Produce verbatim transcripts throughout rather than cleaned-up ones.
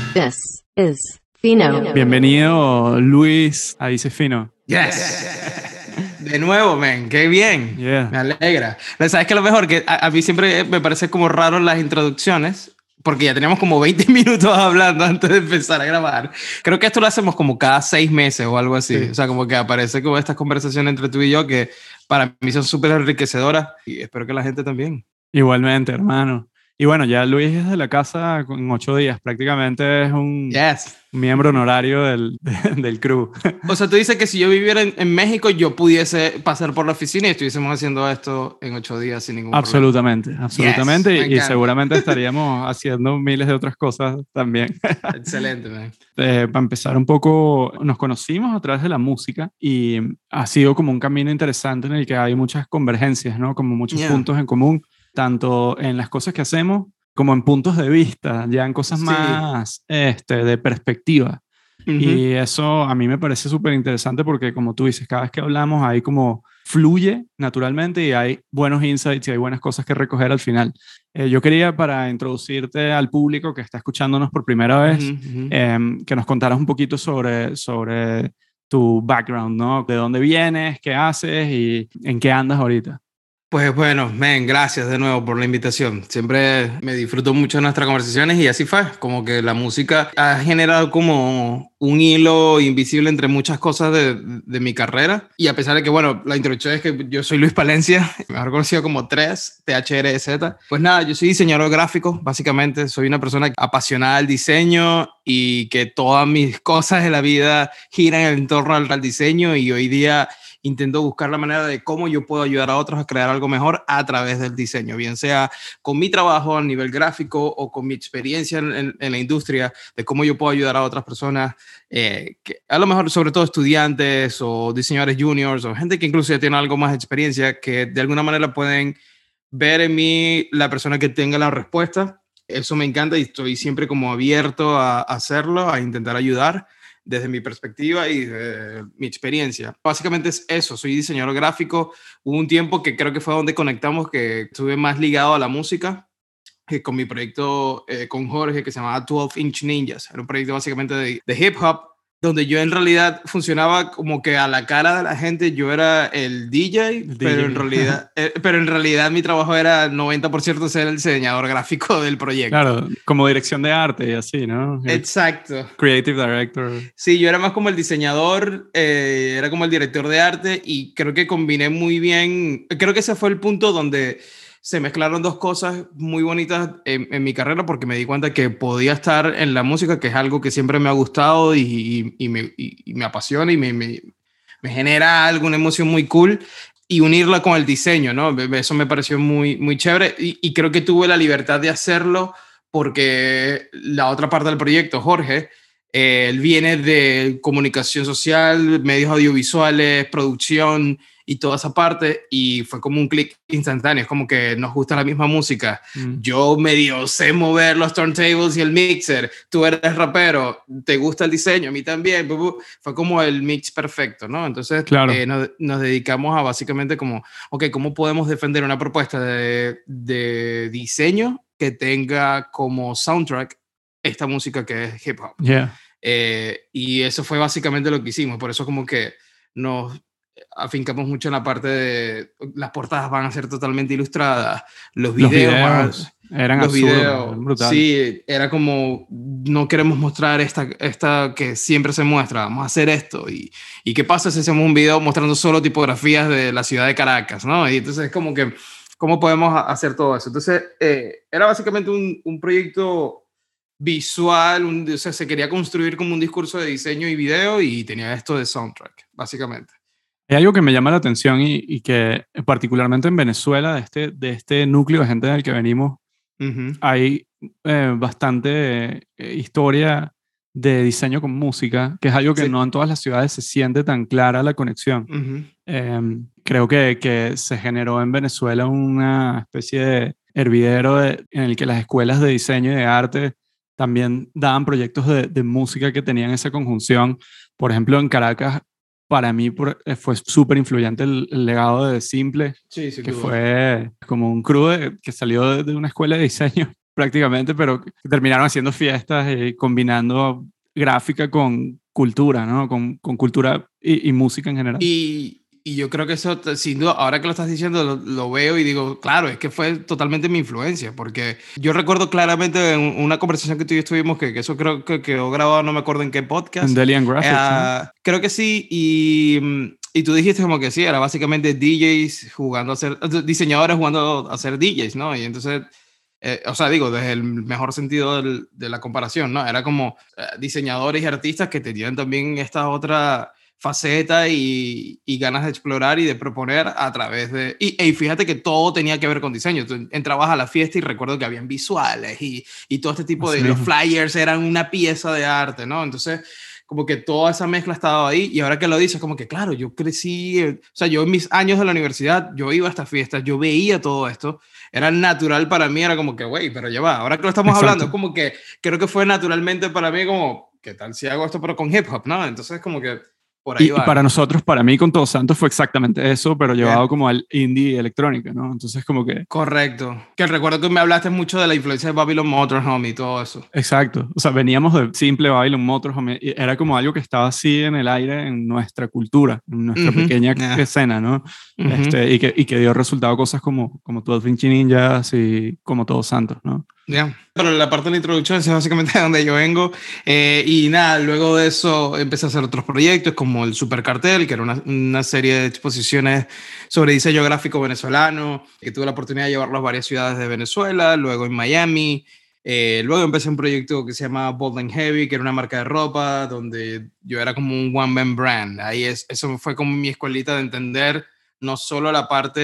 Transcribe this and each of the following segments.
This is Fino. Bienvenido, Luis, a Dice Fino. Yes. De nuevo, men, qué bien. Yeah. Me alegra. ¿Sabes qué? Lo mejor, que a, a mí siempre me parece como raro las introducciones, porque ya teníamos como veinte minutos hablando antes de empezar a grabar. Creo que esto lo hacemos como cada seis meses o algo así. Sí. O sea, como que aparece como estas conversaciones entre tú y yo que para mí son súper enriquecedoras y espero que la gente también. Igualmente, hermano. Y bueno, ya Luis es de la casa en ocho días. Prácticamente es un Yes. miembro honorario del, del crew. O sea, tú dices que si yo viviera en, en México, yo pudiese pasar por la oficina y estuviésemos haciendo esto en ocho días sin ningún Absolutamente, problema. absolutamente. Yes, me y, y encanta. seguramente estaríamos haciendo miles de otras cosas también. Excelente, man. Eh, para empezar un poco, nos conocimos a través de la música y ha sido como un camino interesante en el que hay muchas convergencias, ¿no? Como muchos Yeah. puntos en común, tanto en las cosas que hacemos como en puntos de vista, ya en cosas Sí. más este, de perspectiva. Uh-huh. Y eso a mí me parece súper interesante porque, como tú dices, cada vez que hablamos ahí como fluye naturalmente y hay buenos insights y hay buenas cosas que recoger al final. Eh, yo quería, para introducirte al público que está escuchándonos por primera vez, Uh-huh, uh-huh. eh, que nos contaras un poquito sobre, sobre tu background, ¿no? De dónde vienes, qué haces y en qué andas ahorita. Pues bueno, men, gracias de nuevo por la invitación. Siempre me disfruto mucho de nuestras conversaciones y así fue. Como que la música ha generado como un hilo invisible entre muchas cosas de, de mi carrera. Y a pesar de que, bueno, la introducción es que yo soy Luis Palencia, mejor conocido como tres, T H R Z. Pues nada, yo soy diseñador gráfico, básicamente. Soy una persona apasionada del diseño y que todas mis cosas de la vida giran en torno al, al diseño, y hoy día intento buscar la manera de cómo yo puedo ayudar a otros a crear algo mejor a través del diseño, bien sea con mi trabajo a nivel gráfico o con mi experiencia en, en, en la industria, de cómo yo puedo ayudar a otras personas, eh, que a lo mejor sobre todo estudiantes o diseñadores juniors o gente que incluso ya tiene algo más de experiencia, que de alguna manera pueden ver en mí la persona que tenga la respuesta. Eso me encanta y estoy siempre como abierto a hacerlo, a intentar ayudar desde mi perspectiva y de mi experiencia. Básicamente es eso, soy diseñador gráfico. Hubo un tiempo que creo que fue donde conectamos, que estuve más ligado a la música, que con mi proyecto eh, con Jorge, que se llamaba doce inch Ninjas. Era un proyecto básicamente de, de hip hop, donde yo en realidad funcionaba como que a la cara de la gente. Yo era el D J, El pero, D J. En realidad, eh, pero en realidad mi trabajo era noventa por ciento ser el diseñador gráfico del proyecto. Claro, como dirección de arte y así, ¿no? Exacto. Creative Director. Sí, yo era más como el diseñador, eh, era como el director de arte, y creo que combiné muy bien. Creo que ese fue el punto donde se mezclaron dos cosas muy bonitas en, en mi carrera, porque me di cuenta que podía estar en la música, que es algo que siempre me ha gustado y, y, y, me, y, y me apasiona y me, me, me genera alguna emoción muy cool, y unirla con el diseño, ¿no? Eso me pareció muy, muy chévere, y, y creo que tuve la libertad de hacerlo porque la otra parte del proyecto, Jorge, eh, él viene de comunicación social, medios audiovisuales, producción y toda esa parte, y fue como un clic instantáneo. Es como que nos gusta la misma música. Mm. Yo medio sé mover los turntables y el mixer, tú eres rapero, te gusta el diseño, a mí también. Fue como el mix perfecto, ¿no? Entonces Claro. eh, nos, nos dedicamos a básicamente como, ok, ¿cómo podemos defender una propuesta de, de diseño que tenga como soundtrack esta música que es hip hop? Yeah. Eh, y eso fue básicamente lo que hicimos. Por eso como que nos afincamos mucho en la parte de las portadas van a ser totalmente ilustradas, los videos, los videos van a, eran los absurdos, videos, eran brutales. Sí, era como, no queremos mostrar esta, esta que siempre se muestra, vamos a hacer esto. Y, y qué pasa si hacemos un video mostrando solo tipografías de la ciudad de Caracas, ¿no? Y entonces es como que, ¿cómo podemos hacer todo eso? Entonces eh, era básicamente un, un proyecto visual, un, o sea, se quería construir como un discurso de diseño y video, y tenía esto de soundtrack, básicamente. Hay algo que me llama la atención y, y que particularmente en Venezuela, de este, de este núcleo de gente del que venimos, uh-huh. hay eh, bastante eh, historia de diseño con música, que es algo que sí. no en todas las ciudades se siente tan clara la conexión. Uh-huh. Eh, creo que, que se generó en Venezuela una especie de hervidero de, en el que las escuelas de diseño y de arte también daban proyectos de, de música que tenían esa conjunción. Por ejemplo, en Caracas, para mí fue súper influyente el, el legado de Simple, sí, sí, que fue como un crew de, que salió de, de una escuela de diseño prácticamente, pero terminaron haciendo fiestas y combinando gráfica con cultura, ¿no? Con, con cultura y, y música en general. Y, y yo creo que eso, sin duda, ahora que lo estás diciendo, lo, lo veo y digo, claro, es que fue totalmente mi influencia, porque yo recuerdo claramente en una conversación que tú y yo tuvimos, que, que eso creo que quedó grabado, no me acuerdo en qué podcast. En Delian Graphics, uh, ¿no? Creo que sí, y, y tú dijiste como que sí, era básicamente D Js jugando a ser, diseñadores jugando a ser D Js, ¿no? Y entonces... Eh, o sea, digo, desde el mejor sentido del, de la comparación, ¿no? Era como eh, diseñadores y artistas que tenían también esta otra faceta y, y ganas de explorar y de proponer a través de... Y, y fíjate que todo tenía que ver con diseño. Tú entrabas a la fiesta y recuerdo que habían visuales y, y todo este tipo Así de... mismo. Los flyers eran una pieza de arte, ¿no? Entonces, como que toda esa mezcla estaba ahí y ahora que lo dices, como que claro, yo crecí... Eh, o sea, yo en mis años de la universidad, yo iba a estas fiestas, yo veía todo esto. Era natural para mí, era como que, güey, pero ya va, ahora que lo estamos Exacto. hablando, es como que creo que fue naturalmente para mí como, ¿qué tal si hago esto pero con hip hop, no? Entonces como que por ahí Y, va. y para nosotros, para mí con Todos Santos fue exactamente eso, pero llevado Yeah. como al indie electrónica, ¿no? Entonces como que... Correcto. Que recuerdo que me hablaste mucho de la influencia de Babylon Motorhome y todo eso. Exacto. O sea, veníamos de simple Babylon Motorhome y era como algo que estaba así en el aire en nuestra cultura, en nuestra Uh-huh. pequeña Yeah. escena, ¿no? Uh-huh. Este, y, que, y que dio resultado cosas como, como twelve Inch Ninjas y como Todos Santos, ¿no? Ya, yeah. Pero la parte de la introducción es básicamente de donde yo vengo. Eh, y nada, luego de eso empecé a hacer otros proyectos como el Super Cartel, que era una, una serie de exposiciones sobre diseño gráfico venezolano, que tuve la oportunidad de llevarlo a varias ciudades de Venezuela, luego en Miami. Eh, luego empecé un proyecto que se llama Bold and Heavy, que era una marca de ropa, donde yo era como un one-man brand. Ahí es, eso fue como mi escuelita de entender no solo la parte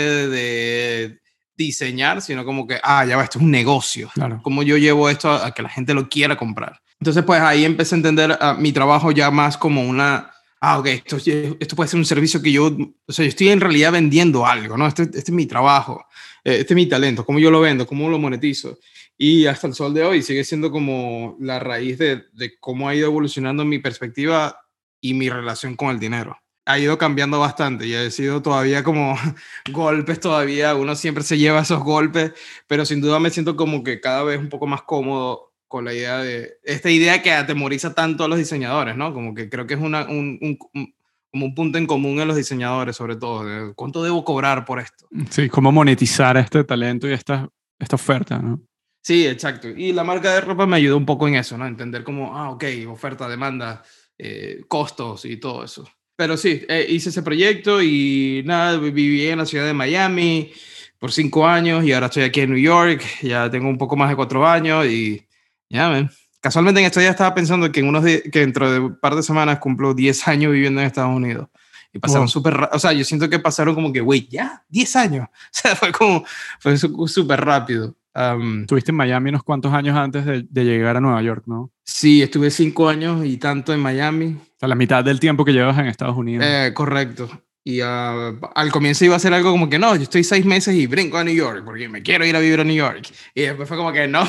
de diseñar, sino como que, ah, ya va, esto es un negocio. Claro. ¿Cómo yo llevo esto a, a que la gente lo quiera comprar? Entonces, pues ahí empecé a entender uh, mi trabajo ya más como una, ah, ok, esto, esto puede ser un servicio que yo, o sea, yo estoy en realidad vendiendo algo, ¿no? Este, este es mi trabajo, eh, este es mi talento, cómo yo lo vendo, cómo lo monetizo. Y hasta el sol de hoy sigue siendo como la raíz de, de cómo ha ido evolucionando mi perspectiva y mi relación con el dinero. Ha ido cambiando bastante y ha sido todavía como golpes todavía, uno siempre se lleva esos golpes, pero sin duda me siento como que cada vez un poco más cómodo con la idea de, esta idea que atemoriza tanto a los diseñadores, ¿no? Como que creo que es una, un, un, un, como un punto en común en los diseñadores, sobre todo, de cuánto debo cobrar por esto. Sí, cómo monetizar este talento y esta, esta oferta, ¿no? Sí, exacto. Y la marca de ropa me ayudó un poco en eso, ¿no? Entender como, ah, ok, oferta, demanda, eh, costos y todo eso. Pero sí, eh, hice ese proyecto y nada, viví en la ciudad de Miami por cinco años y ahora estoy aquí en New York, ya tengo un poco más de cuatro años y ya, man. Casualmente en esto ya estaba pensando que, en unos que dentro de un par de semanas cumplo diez años viviendo en Estados Unidos. Y pasaron wow. súper rápido, o sea, yo siento que pasaron como que, güey, ya, diez años. O sea, fue como, fue súper rápido. Um, Estuviste en Miami unos cuantos años antes de, de llegar a Nueva York, ¿no? Sí, estuve cinco años y tanto en Miami. O sea, la mitad del tiempo que llevas en Estados Unidos. Eh, correcto. Y uh, al comienzo iba a ser algo como que no, yo estoy seis meses y brinco a New York porque me quiero ir a vivir a New York. Y después fue como que no.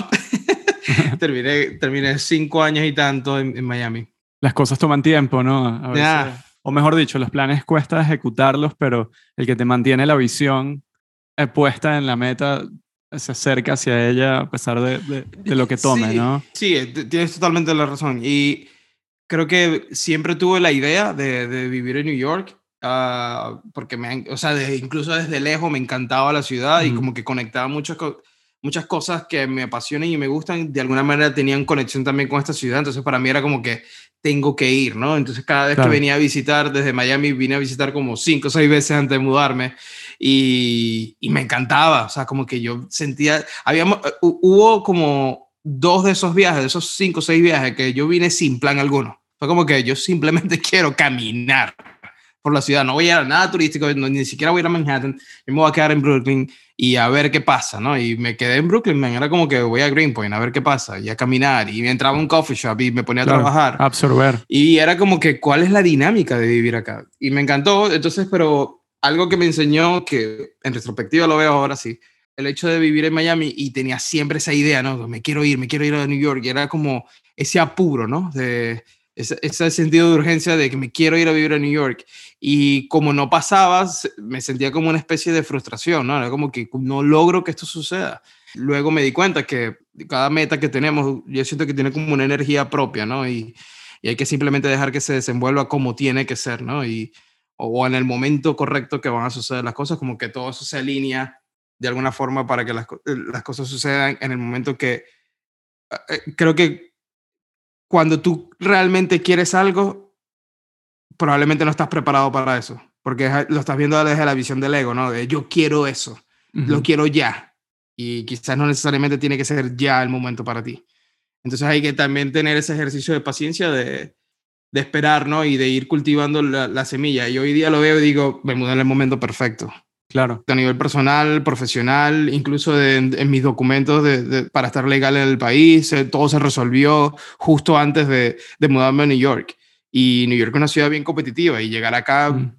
terminé, terminé cinco años y tanto en, en Miami. Las cosas toman tiempo, ¿no? A veces, yeah. O mejor dicho, los planes cuesta ejecutarlos, pero el que te mantiene la visión eh, puesta en la meta se acerca hacia ella a pesar de, de, de lo que tome, sí, ¿no? Sí, tienes totalmente la razón. Y creo que siempre tuve la idea de, de vivir en New York, uh, porque me, o sea, de, incluso desde lejos me encantaba la ciudad mm. y como que conectaba muchas, muchas cosas que me apasionan y me gustan, de alguna manera tenían conexión también con esta ciudad, entonces para mí era como que tengo que ir, ¿no? Entonces cada vez claro. que venía a visitar, desde Miami vine a visitar como cinco o seis veces antes de mudarme y, y me encantaba, o sea, como que yo sentía, habíamos, hubo como dos de esos viajes, de esos cinco o seis viajes que yo vine sin plan alguno, fue como que yo simplemente quiero caminar por la ciudad, no voy a ir a nada turístico, no, ni siquiera voy a ir a Manhattan, yo me voy a quedar en Brooklyn y a ver qué pasa, ¿no? Y me quedé en Brooklyn, man, era como que voy a Greenpoint a ver qué pasa, y a caminar, y me entraba a un coffee shop y me ponía a claro, trabajar. Absorber. Y era como que, ¿cuál es la dinámica de vivir acá? Y me encantó, entonces, pero algo que me enseñó, que en retrospectiva lo veo ahora sí, el hecho de vivir en Miami y tenía siempre esa idea, ¿no? Me quiero ir, me quiero ir a New York, y era como ese apuro, ¿no? De ese, ese sentido de urgencia de que me quiero ir a vivir a New York. Y como no pasaba, me sentía como una especie de frustración, ¿no? Era como que no logro que esto suceda. Luego me di cuenta que cada meta que tenemos, yo siento que tiene como una energía propia, ¿no? Y, y hay que simplemente dejar que se desenvuelva como tiene que ser, ¿no? Y, o en el momento correcto que van a suceder las cosas, como que todo eso se alinea de alguna forma para que las, las cosas sucedan en el momento que... Eh, creo que cuando tú realmente quieres algo, probablemente no estás preparado para eso, porque lo estás viendo desde la visión del ego, ¿no? De yo quiero eso, uh-huh. Lo quiero ya, y quizás no necesariamente tiene que ser ya el momento para ti. Entonces hay que también tener ese ejercicio de paciencia de, de esperar, ¿no? Y de ir cultivando la, la semilla. Y hoy día lo veo y digo, me mudé en el momento perfecto. Claro. A nivel personal, profesional, incluso de, en, en mis documentos de, de, para estar legal en el país, eh, todo se resolvió justo antes de, de mudarme a New York. Y New York es una ciudad bien competitiva y llegar acá mm.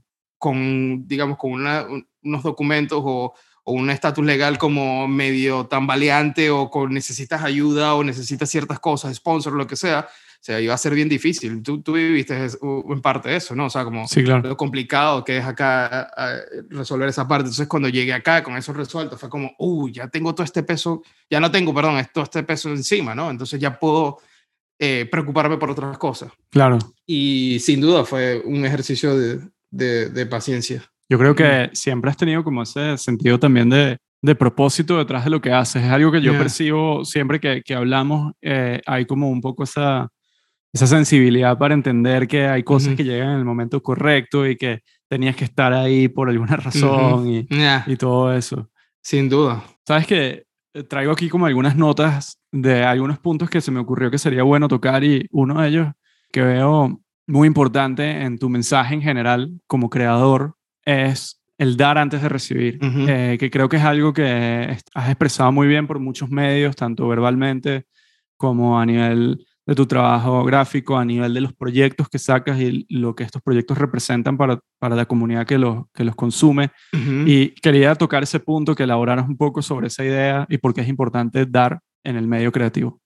con, digamos, con una, un, unos documentos o, o un estatus legal como medio tambaleante o con necesitas ayuda o necesitas ciertas cosas, sponsor, lo que sea, o sea, iba a ser bien difícil. Tú, tú viviste en parte de eso, ¿no? O sea, como sí, claro. lo complicado que es acá a, a resolver esa parte. Entonces, cuando llegué acá con eso resuelto, fue como, uy, ya tengo todo este peso, ya no tengo, perdón, todo este peso encima, ¿no? Entonces ya puedo eh, preocuparme por otras cosas. Claro. Y sin duda fue un ejercicio de, de, de paciencia. Yo creo que siempre has tenido como ese sentido también de, de propósito detrás de lo que haces. Es algo que yo yeah. percibo siempre que, que hablamos. Eh, hay como un poco esa, esa sensibilidad para entender que hay cosas uh-huh. que llegan en el momento correcto y que tenías que estar ahí por alguna razón uh-huh. y, yeah. y todo eso. Sin duda. Sabes que traigo aquí como algunas notas de algunos puntos que se me ocurrió que sería bueno tocar y uno de ellos que veo muy importante en tu mensaje en general como creador es el dar antes de recibir, uh-huh. eh, que creo que es algo que has expresado muy bien por muchos medios, tanto verbalmente como a nivel de tu trabajo gráfico, a nivel de los proyectos que sacas y lo que estos proyectos representan para, para la comunidad que los, que los consume. Uh-huh. Y quería tocar ese punto, que elaboraras un poco sobre esa idea y por qué es importante dar en el medio creativo.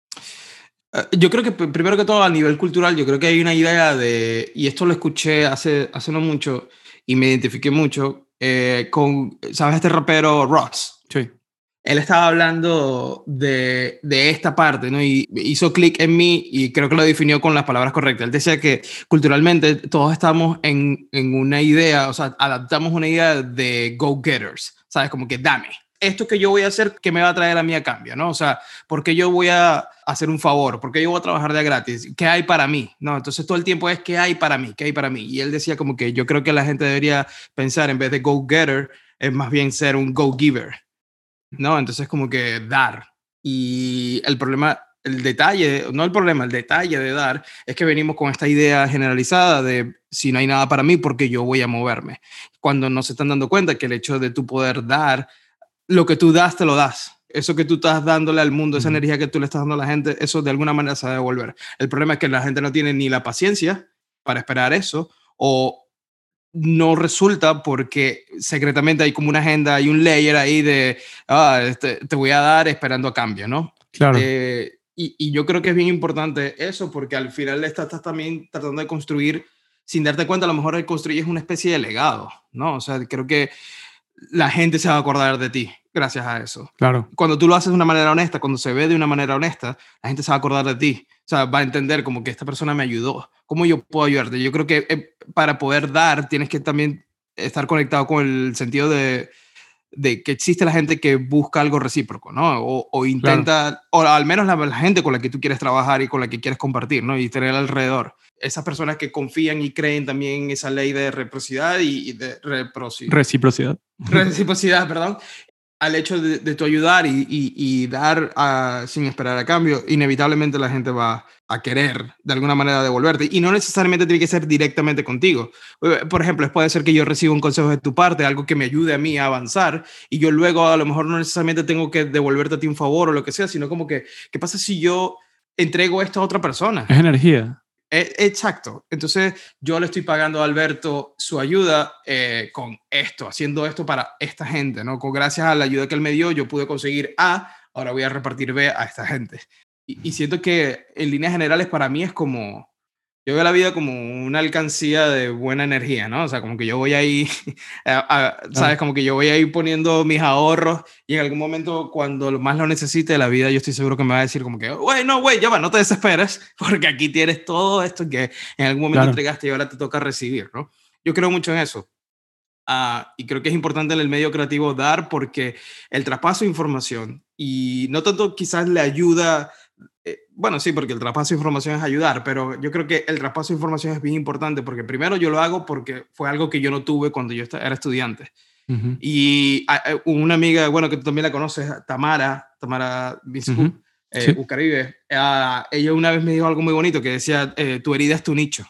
Yo creo que primero que todo a nivel cultural, yo creo que hay una idea de, y esto lo escuché hace, hace no mucho y me identifiqué mucho eh, con, ¿sabes? Este rapero Ross. Sí. Él estaba hablando de, de esta parte, ¿no? Y hizo clic en mí y creo que lo definió con las palabras correctas. Él decía que culturalmente todos estamos en, en una idea, o sea, adaptamos una idea de go-getters, ¿sabes? Como que dame. Esto que yo voy a hacer, ¿qué me va a traer a mí a cambio? ¿No? O sea, ¿por qué yo voy a hacer un favor? ¿Por qué yo voy a trabajar de gratis? ¿Qué hay para mí? ¿No? Entonces todo el tiempo es ¿qué hay para mí? ¿Qué hay para mí? Y él decía como que yo creo que la gente debería pensar en vez de go-getter, es más bien ser un go-giver, ¿no? Entonces como que dar. Y el problema, el detalle, no el problema, el detalle de dar es que venimos con esta idea generalizada de si no hay nada para mí, ¿por qué yo voy a moverme? Cuando no se están dando cuenta que el hecho de tu poder dar, lo que tú das, te lo das. Eso que tú estás dándole al mundo, esa energía que tú le estás dando a la gente, eso de alguna manera se va a devolver. El problema es que la gente no tiene ni la paciencia para esperar eso o no resulta porque secretamente hay como una agenda, hay un layer ahí de, ah, este, te voy a dar esperando a cambio, ¿no? Claro. Eh, y, y yo creo que es bien importante eso porque al final estás, estás también tratando de construir, sin darte cuenta, a lo mejor construyes una especie de legado, ¿no? O sea, creo que la gente se va a acordar de ti gracias a eso. Claro. Cuando tú lo haces de una manera honesta, cuando se ve de una manera honesta, la gente se va a acordar de ti. O sea, va a entender como que esta persona me ayudó. ¿Cómo yo puedo ayudarte? Yo creo que eh, para poder dar tienes que también estar conectado con el sentido de, de que existe la gente que busca algo recíproco, ¿no? O, o intenta, claro. O al menos la, la gente con la que tú quieres trabajar y con la que quieres compartir, ¿no? Y tener alrededor. Esas personas que confían y creen también en esa ley de reciprocidad y, y de reproci- reciprocidad. Reciprocidad, perdón. Al hecho de, de tu ayudar y, y, y dar uh, sin esperar a cambio, inevitablemente la gente va a querer de alguna manera devolverte. Y no necesariamente tiene que ser directamente contigo. Por ejemplo, puede ser que yo reciba un consejo de tu parte, algo que me ayude a mí a avanzar, y yo luego a lo mejor no necesariamente tengo que devolverte a ti un favor o lo que sea, sino como que, ¿qué pasa si yo entrego esto a otra persona? Es energía. Exacto. Entonces yo le estoy pagando a Alberto su ayuda eh, con esto, haciendo esto para esta gente, ¿no? Con, gracias a la ayuda que él me dio, yo pude conseguir A, ahora voy a repartir B a esta gente. Y, y siento que en líneas generales para mí es como, yo veo la vida como una alcancía de buena energía, ¿no? O sea, como que yo voy ahí, a, a, ¿sabes? Claro. Como que yo voy ahí poniendo mis ahorros y en algún momento cuando más lo necesite de la vida, yo estoy seguro que me va a decir como que, güey, no, güey, ya va, no te desesperes, porque aquí tienes todo esto que en algún momento claro. entregaste y ahora te toca recibir, ¿no? Yo creo mucho en eso. Uh, y creo que es importante en el medio creativo dar porque el traspaso de información y no tanto quizás le ayuda, eh, bueno, sí, porque el traspaso de información es ayudar, pero yo creo que el traspaso de información es bien importante porque primero yo lo hago porque fue algo que yo no tuve cuando yo era estudiante. Uh-huh. Y uh, una amiga, bueno, que tú también la conoces, Tamara, Tamara Biscu, uh-huh. eh, sí. Ucaribe, uh, ella una vez me dijo algo muy bonito que decía, eh, tu herida es tu nicho.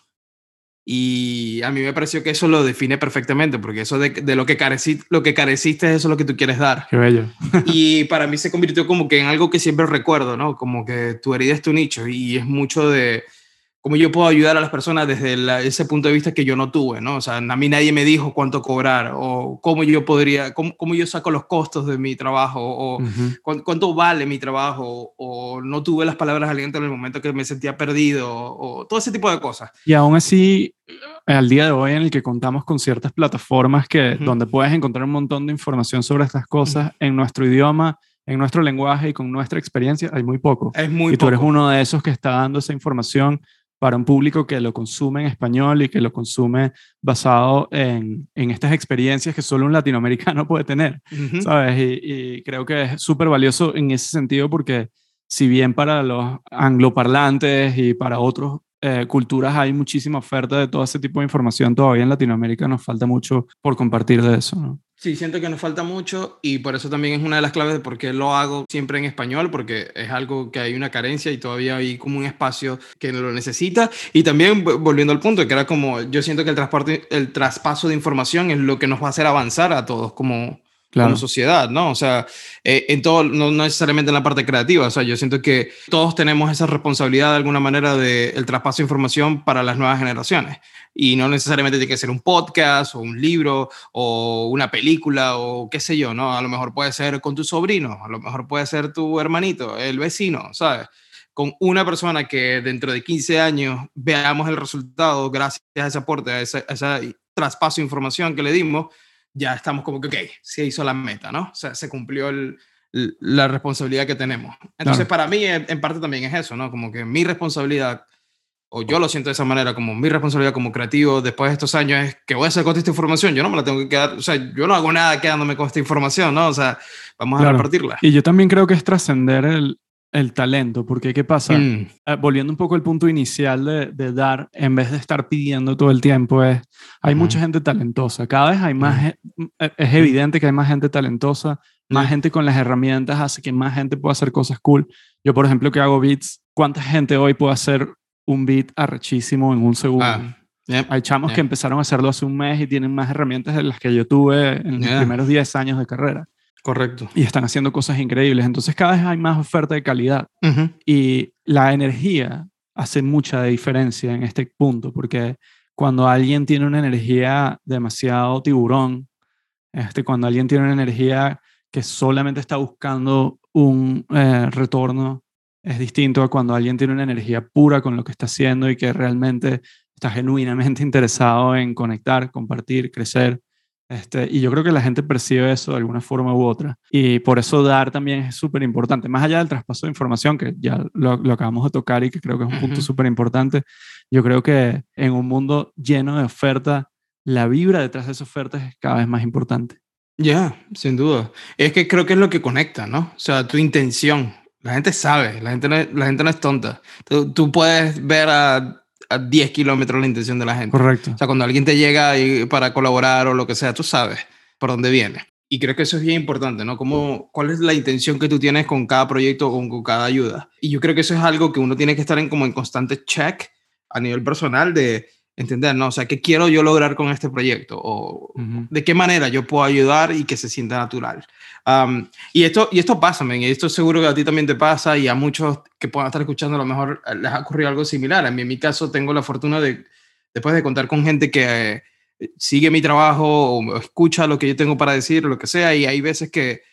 Y a mí me pareció que eso lo define perfectamente, porque eso de, de lo, que carecí, lo que careciste, eso es lo que tú quieres dar. Qué bello. Y para mí se convirtió como que en algo que siempre recuerdo, ¿no? Como que tu herida es tu nicho y es mucho de cómo yo puedo ayudar a las personas desde la, ese punto de vista que yo no tuve, ¿no? O sea, a mí nadie me dijo cuánto cobrar o cómo yo podría, cómo, cómo yo saco los costos de mi trabajo o uh-huh. cu- cuánto vale mi trabajo o no tuve las palabras aliento en el momento que me sentía perdido o, o todo ese tipo de cosas. Y aún así, al día de hoy en el que contamos con ciertas plataformas que, uh-huh. donde puedes encontrar un montón de información sobre estas cosas uh-huh. en nuestro idioma, en nuestro lenguaje y con nuestra experiencia, hay muy poco. Es muy y tú poco. eres uno de esos que está dando esa información para un público que lo consume en español y que lo consume basado en, en estas experiencias que solo un latinoamericano puede tener, uh-huh. ¿sabes? Y, y creo que es súper valioso en ese sentido porque si bien para los angloparlantes y para otros eh, culturas hay muchísima oferta de todo ese tipo de información, todavía en Latinoamérica nos falta mucho por compartir de eso, ¿no? Sí, siento que nos falta mucho y por eso también es una de las claves de por qué lo hago siempre en español, porque es algo que hay una carencia y todavía hay como un espacio que lo necesita. Y también volviendo al punto, que era como, yo siento que el, transporte, el traspaso de información es lo que nos va a hacer avanzar a todos como, claro. como sociedad, ¿no? O sea, eh, en todo, no, no necesariamente en la parte creativa, o sea, yo siento que todos tenemos esa responsabilidad de alguna manera del traspaso de información para las nuevas generaciones. Y no necesariamente tiene que ser un podcast o un libro o una película o qué sé yo, ¿no? A lo mejor puede ser con tu sobrino, a lo mejor puede ser tu hermanito, el vecino, ¿sabes? Con una persona que dentro de quince años veamos el resultado gracias a ese aporte, a ese, a ese traspaso de información que le dimos, ya estamos como que, ok, se hizo la meta, ¿no? O sea, se cumplió el, la responsabilidad que tenemos. Entonces, claro. para mí, en parte también es eso, ¿no? Como que mi responsabilidad, o yo lo siento de esa manera, como mi responsabilidad como creativo después de estos años es que voy a hacer con esta información, yo no me la tengo que quedar, o sea, yo no hago nada quedándome con esta información, ¿no? O sea, vamos claro. a repartirla. Y yo también creo que es trascender el, el talento, porque ¿qué pasa? Mm. Eh, volviendo un poco al punto inicial de, de dar, en vez de estar pidiendo todo el tiempo, es, hay uh-huh. mucha gente talentosa, cada vez hay más, uh-huh. es, es evidente que hay más gente talentosa, más uh-huh. gente con las herramientas hace que más gente pueda hacer cosas cool. Yo, por ejemplo, que hago beats, ¿cuánta gente hoy puede hacer un beat arrechísimo en un segundo? Ah, yep, hay chamos yep. que empezaron a hacerlo hace un mes y tienen más herramientas de las que yo tuve en yeah. los primeros diez años de carrera. Correcto. Y están haciendo cosas increíbles. Entonces cada vez hay más oferta de calidad. Uh-huh. Y la energía hace mucha diferencia en este punto, porque cuando alguien tiene una energía demasiado tiburón, este, cuando alguien tiene una energía que solamente está buscando un eh, retorno, es distinto a cuando alguien tiene una energía pura con lo que está haciendo y que realmente está genuinamente interesado en conectar, compartir, crecer. Este, y yo creo que la gente percibe eso de alguna forma u otra. Y por eso dar también es súper importante. Más allá del traspaso de información, que ya lo, lo acabamos de tocar y que creo que es un punto súper importante, yo creo que en un mundo lleno de oferta, la vibra detrás de esa oferta es cada vez más importante. Ya, yeah, sin duda. Es que creo que es lo que conecta, ¿no? O sea, tu intención. La gente sabe, la gente no es, la gente no es tonta. Tú, tú puedes ver a, a diez kilómetros la intención de la gente. Correcto. O sea, cuando alguien te llega y, para colaborar o lo que sea, tú sabes por dónde viene. Y creo que eso es bien importante, ¿no? Como, ¿cuál es la intención que tú tienes con cada proyecto o con, con cada ayuda? Y yo creo que eso es algo que uno tiene que estar en, como en constante check a nivel personal de entender, ¿no? O sea, ¿qué quiero yo lograr con este proyecto? O uh-huh. de qué manera yo puedo ayudar y que se sienta natural. Um, y, esto, y esto pasa, man, y esto seguro que a ti también te pasa y a muchos que puedan estar escuchando a lo mejor les ha ocurrido algo similar. A mí, en mi caso, tengo la fortuna de, después de contar con gente que eh, sigue mi trabajo o escucha lo que yo tengo para decir o lo que sea, y hay veces que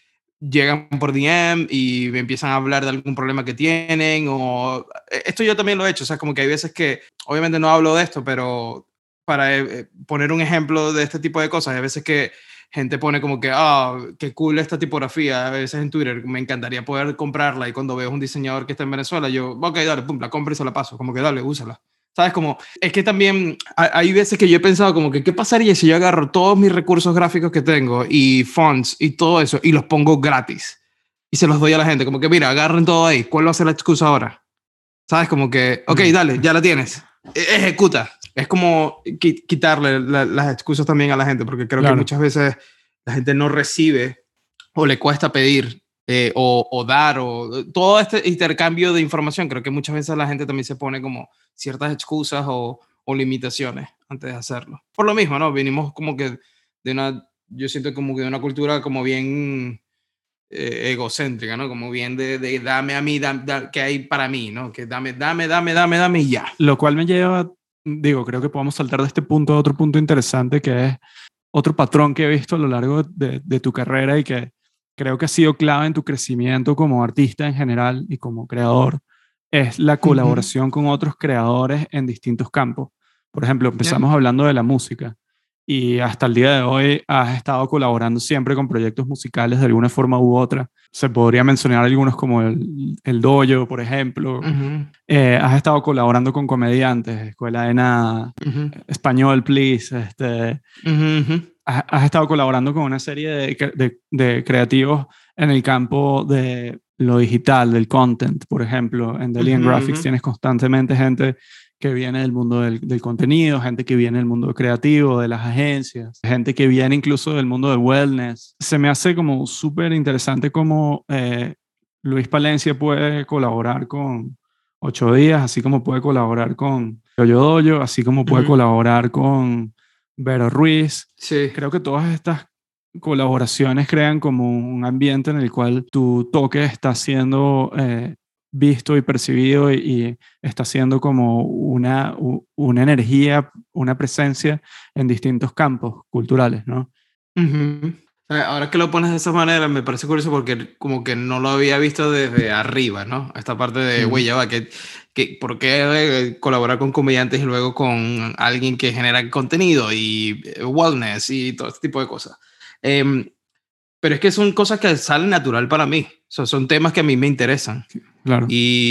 llegan por D M y me empiezan a hablar de algún problema que tienen, o esto yo también lo he hecho, o sea, como que hay veces que, obviamente no hablo de esto, pero para eh, poner un ejemplo de este tipo de cosas, hay veces que gente pone como que, ah, oh, qué cool esta tipografía, a veces en Twitter, me encantaría poder comprarla, y cuando veo un diseñador que está en Venezuela, yo, ok, dale, pum, la compro y se la paso, como que dale, úsala. ¿Sabes? Como, es que también hay veces que yo he pensado como que, ¿qué pasaría si yo agarro todos mis recursos gráficos que tengo y fonts y todo eso y los pongo gratis? Y se los doy a la gente, como que, mira, agarren todo ahí, ¿cuál va a ser la excusa ahora? ¿Sabes? Como que, ok, dale, ya la tienes, e ejecuta. Es como qui quitarle la, las excusas también a la gente, porque creo claro. que muchas veces la gente no recibe o le cuesta pedir eh, o, o dar, o todo este intercambio de información. Creo que muchas veces la gente también se pone como ciertas excusas o, o limitaciones antes de hacerlo. Por lo mismo, ¿no? Venimos como que de una, yo siento como que de una cultura como bien eh, egocéntrica, ¿no? Como bien de, de dame a mí, dame, dame, que hay para mí, ¿no? Que dame, dame, dame, dame, dame y ya. Lo cual me lleva, digo, creo que podemos saltar de este punto a otro punto interesante, que es otro patrón que he visto a lo largo de, de tu carrera y que creo que ha sido clave en tu crecimiento como artista en general y como creador, es la colaboración uh-huh. con otros creadores en distintos campos. Por ejemplo, empezamos yeah. hablando de la música y hasta el día de hoy has estado colaborando siempre con proyectos musicales de alguna forma u otra. Se podría mencionar algunos como el, el Dojo, por ejemplo. Uh-huh. Eh, has estado colaborando con comediantes, Escuela de Nada, uh-huh. Español, Please. Este, uh-huh. has, has estado colaborando con una serie de, de, de creativos en el campo de lo digital, del content, por ejemplo. En Delian uh-huh. Graphics tienes constantemente gente que viene del mundo del, del contenido, gente que viene del mundo creativo, de las agencias, gente que viene incluso del mundo del wellness. Se me hace como súper interesante cómo eh, Luis Palencia puede colaborar con Ocho Días, así como puede colaborar con Yoyo Dojo, así como puede uh-huh. colaborar con Vero Ruiz. Sí. Creo que todas estas colaboraciones crean como un ambiente en el cual tu toque está siendo eh, visto y percibido y, y está siendo como una, una energía, una presencia en distintos campos culturales, ¿no? Uh-huh. Ahora que lo pones de esa manera me parece curioso porque como que no lo había visto desde arriba, ¿no? Esta parte de, güey, uh-huh. ya va, que, que, ¿por qué colaborar con comediantes y luego con alguien que genera contenido y wellness y todo este tipo de cosas? Eh, pero es que son cosas que salen natural para mí. O sea, son temas que a mí me interesan. Claro.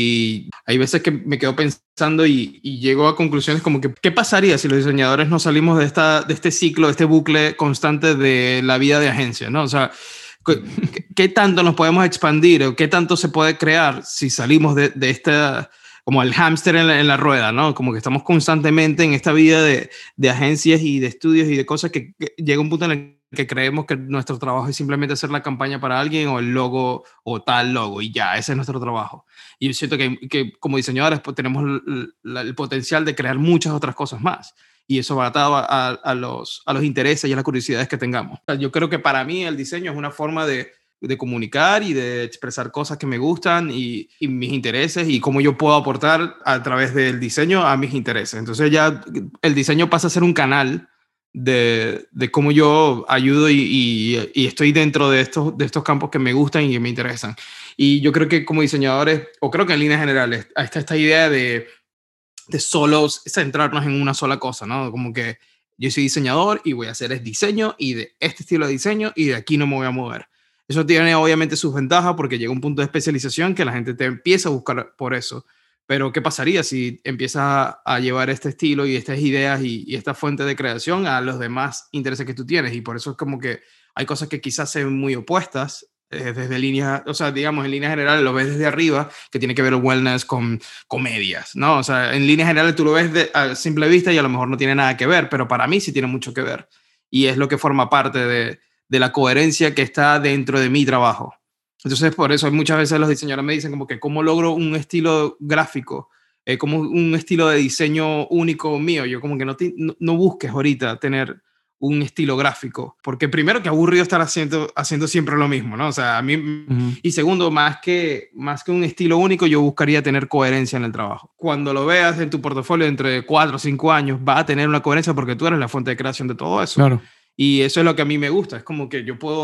Y hay veces que me quedo pensando y, y llego a conclusiones como que, ¿qué pasaría si los diseñadores no salimos de, esta, de este ciclo, de este bucle constante de la vida de agencia, ¿no? O sea, ¿qué, qué tanto nos podemos expandir o qué tanto se puede crear si salimos de, de esta, como el hámster en la, en la rueda, ¿no? Como que estamos constantemente en esta vida de, de agencias y de estudios y de cosas que, que llega un punto en el que creemos que nuestro trabajo es simplemente hacer la campaña para alguien o el logo o tal logo y ya, ese es nuestro trabajo. Y yo siento que, que como diseñadores pues, tenemos el, el, el potencial de crear muchas otras cosas más y eso va atado a, a, a, los, a los intereses y a las curiosidades que tengamos. O sea, yo creo que para mí el diseño es una forma de, de comunicar y de expresar cosas que me gustan y, y mis intereses y cómo yo puedo aportar a través del diseño a mis intereses. Entonces ya el diseño pasa a ser un canal De, de cómo yo ayudo y, y, y estoy dentro de estos, de estos campos que me gustan y que me interesan. Y yo creo que como diseñadores, o creo que en líneas generales, está esta idea de, de solo centrarnos en una sola cosa, ¿no? Como que yo soy diseñador y voy a hacer es diseño y de este estilo de diseño y de aquí no me voy a mover. Eso tiene obviamente sus ventajas porque llega un punto de especialización que la gente te empieza a buscar por eso. Pero ¿qué pasaría si empiezas a llevar este estilo y estas ideas y, y esta fuente de creación a los demás intereses que tú tienes? Y por eso es como que hay cosas que quizás sean muy opuestas eh, desde líneas, o sea, digamos, en líneas generales lo ves desde arriba, que tiene que ver el wellness con comedias, ¿no? O sea, en líneas generales tú lo ves de, a simple vista y a lo mejor no tiene nada que ver, pero para mí sí tiene mucho que ver. Y es lo que forma parte de, de la coherencia que está dentro de mi trabajo. Entonces, por eso muchas veces los diseñadores me dicen como que cómo logro un estilo gráfico, eh, como un estilo de diseño único mío. Yo como que no, te, no, no busques ahorita tener un estilo gráfico, porque primero que aburrido estar haciendo, haciendo siempre lo mismo, ¿no? O sea, a mí, uh-huh. y segundo, más que, más que un estilo único, yo buscaría tener coherencia en el trabajo. Cuando lo veas en tu portafolio entre cuatro o cinco años, va a tener una coherencia porque tú eres la fuente de creación de todo eso. Claro. Y eso es lo que a mí me gusta. Es como que yo puedo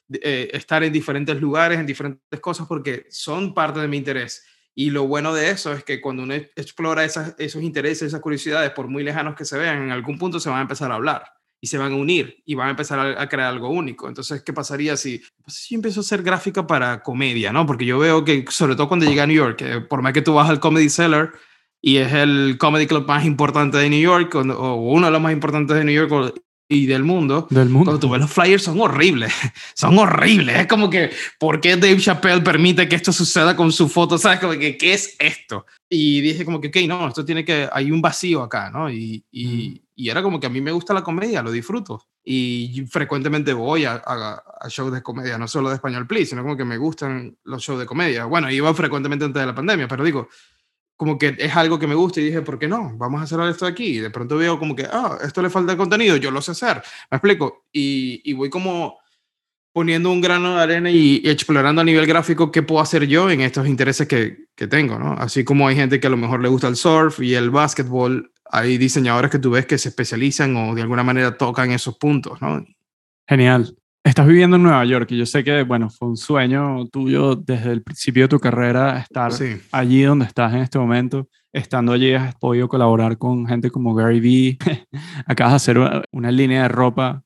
eh, estar en diferentes lugares, en diferentes cosas, porque son parte de mi interés. Y lo bueno de eso es que cuando uno explora esas, esos intereses, esas curiosidades, por muy lejanos que se vean, en algún punto se van a empezar a hablar y se van a unir y van a empezar a, a crear algo único. Entonces, ¿qué pasaría si, pues, si yo empiezo a hacer gráfica para comedia, ¿no? Porque yo veo que, sobre todo cuando llegué a New York, que por más que tú vas al Comedy Cellar y es el comedy club más importante de New York, o, o uno de los más importantes de New York, o, y del mundo, del mundo, cuando tú ves los flyers son horribles, son horribles. Es como que, ¿por qué Dave Chappelle permite que esto suceda con su foto? ¿Sabes? Como que, ¿qué es esto? Y dije como que, ok, no, esto tiene que, hay un vacío acá, ¿no? Y, y, mm. y era como que a mí me gusta la comedia, lo disfruto. Y frecuentemente voy a, a, a shows de comedia, no solo de Español Please, sino como que me gustan los shows de comedia. Bueno, iba frecuentemente antes de la pandemia, pero digo, como que es algo que me gusta y dije, ¿por qué no? Vamos a hacer esto de aquí. Y de pronto veo como que, ah, esto le falta contenido, yo lo sé hacer. ¿Me explico? Y, y voy como poniendo un grano de arena y, y explorando a nivel gráfico qué puedo hacer yo en estos intereses que, que tengo, ¿no? Así como hay gente que a lo mejor le gusta el surf y el básquetbol, hay diseñadores que tú ves que se especializan o de alguna manera tocan esos puntos, ¿no? Genial. Estás viviendo en Nueva York y yo sé que, bueno, fue un sueño tuyo desde el principio de tu carrera estar sí. allí donde estás en este momento. Estando allí has podido colaborar con gente como Gary Vee. Acabas de hacer una, una línea de ropa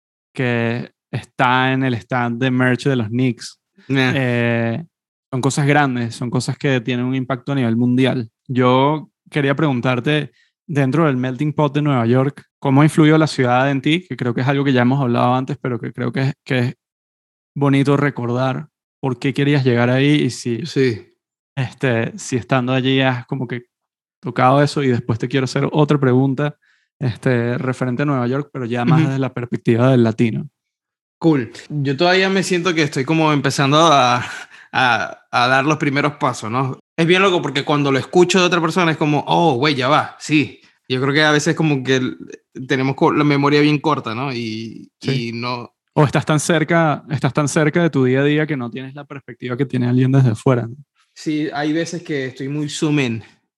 que está en el stand de merch de los Knicks. Nah. Eh, son cosas grandes, son cosas que tienen un impacto a nivel mundial. Yo quería preguntarte, dentro del melting pot de Nueva York, ¿cómo influyó la ciudad en ti? Que creo que es algo que ya hemos hablado antes, pero que creo que es, que es bonito recordar por qué querías llegar ahí y si, sí. este, si estando allí has como que tocado eso. Y después te quiero hacer otra pregunta este, referente a Nueva York, pero ya más Uh-huh. desde la perspectiva del latino. Cool. Yo todavía me siento que estoy como empezando a, a, a dar los primeros pasos, ¿no? Es bien loco porque cuando lo escucho de otra persona es como, oh, güey, ya va, sí. Yo creo que a veces como que tenemos la memoria bien corta, ¿no? Y, Sí. y no... O estás tan cerca, estás tan cerca de tu día a día que no tienes la perspectiva que tiene alguien desde fuera, ¿no? Sí, hay veces que estoy muy zoom in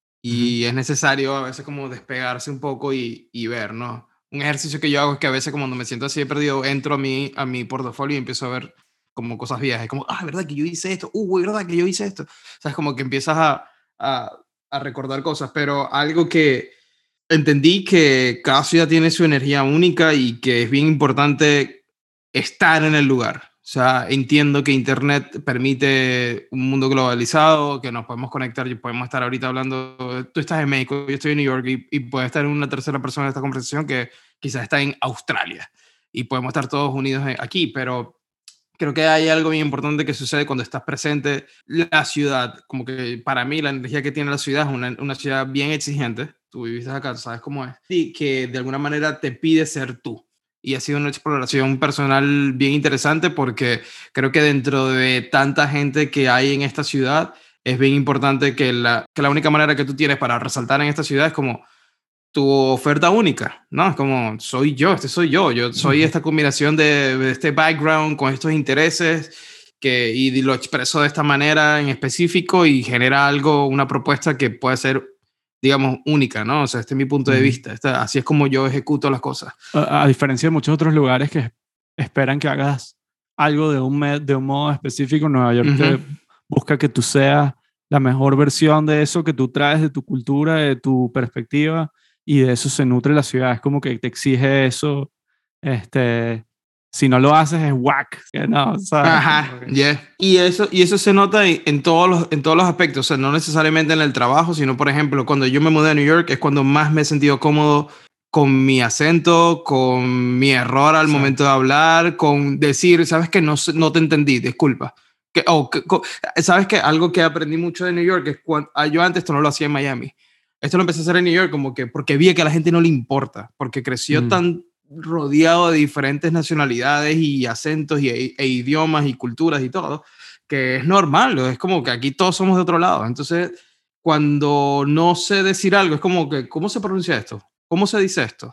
y Uh-huh. es necesario a veces como despegarse un poco y, y ver, ¿no? Un ejercicio que yo hago es que a veces cuando me siento así de perdido, entro a mi, a mi portafolio y empiezo a ver como cosas viejas. Es como, ah, ¿verdad que yo hice esto? Uh, ¿verdad que yo hice esto? O sea, es como que empiezas a, a, a recordar cosas, pero algo que entendí que cada ciudad tiene su energía única y que es bien importante estar en el lugar. O sea, entiendo que Internet permite un mundo globalizado, que nos podemos conectar y podemos estar ahorita hablando, tú estás en México, yo estoy en New York y, y puede estar una tercera persona en esta conversación que quizás está en Australia y podemos estar todos unidos aquí, pero creo que hay algo bien importante que sucede cuando estás presente. La ciudad, como que para mí la energía que tiene la ciudad es una, una ciudad bien exigente, tú viviste acá, sabes cómo es, y que de alguna manera te pide ser tú. Y ha sido una exploración personal bien interesante porque creo que dentro de tanta gente que hay en esta ciudad, es bien importante que la, que la única manera que tú tienes para resaltar en esta ciudad es como tu oferta única, ¿no? Es como, soy yo, este soy yo, yo soy esta combinación de, de este background con estos intereses que, y lo expreso de esta manera en específico y genera algo, una propuesta que puede ser, digamos, única, ¿no? O sea, este es mi punto de vista. Esta, así es como yo ejecuto las cosas. A, a diferencia de muchos otros lugares que esperan que hagas algo de un, me, de un modo específico, Nueva York uh-huh. te busca que tú seas la mejor versión de eso que tú traes, de tu cultura, de tu perspectiva, y de eso se nutre la ciudad. Es como que te exige eso. Este, si no lo haces es whack. No, ¿sabes? Ajá, yeah. y, eso, y eso se nota en, en, todos los, en todos los aspectos. O sea, no necesariamente en el trabajo, sino, por ejemplo, cuando yo me mudé a New York es cuando más me he sentido cómodo con mi acento, con mi error al sí. momento de hablar, con decir, ¿sabes qué? No, no te entendí, disculpa. Que, oh, que, ¿sabes qué? Algo que aprendí mucho de New York es cuando yo antes esto no lo hacía en Miami. Esto lo empecé a hacer en New York como que porque vi que a la gente no le importa, porque creció mm. tan rodeado de diferentes nacionalidades y acentos y, e, e idiomas y culturas y todo, que es normal, es como que aquí todos somos de otro lado. Entonces, cuando no sé decir algo, es como que, ¿cómo se pronuncia esto? ¿Cómo se dice esto?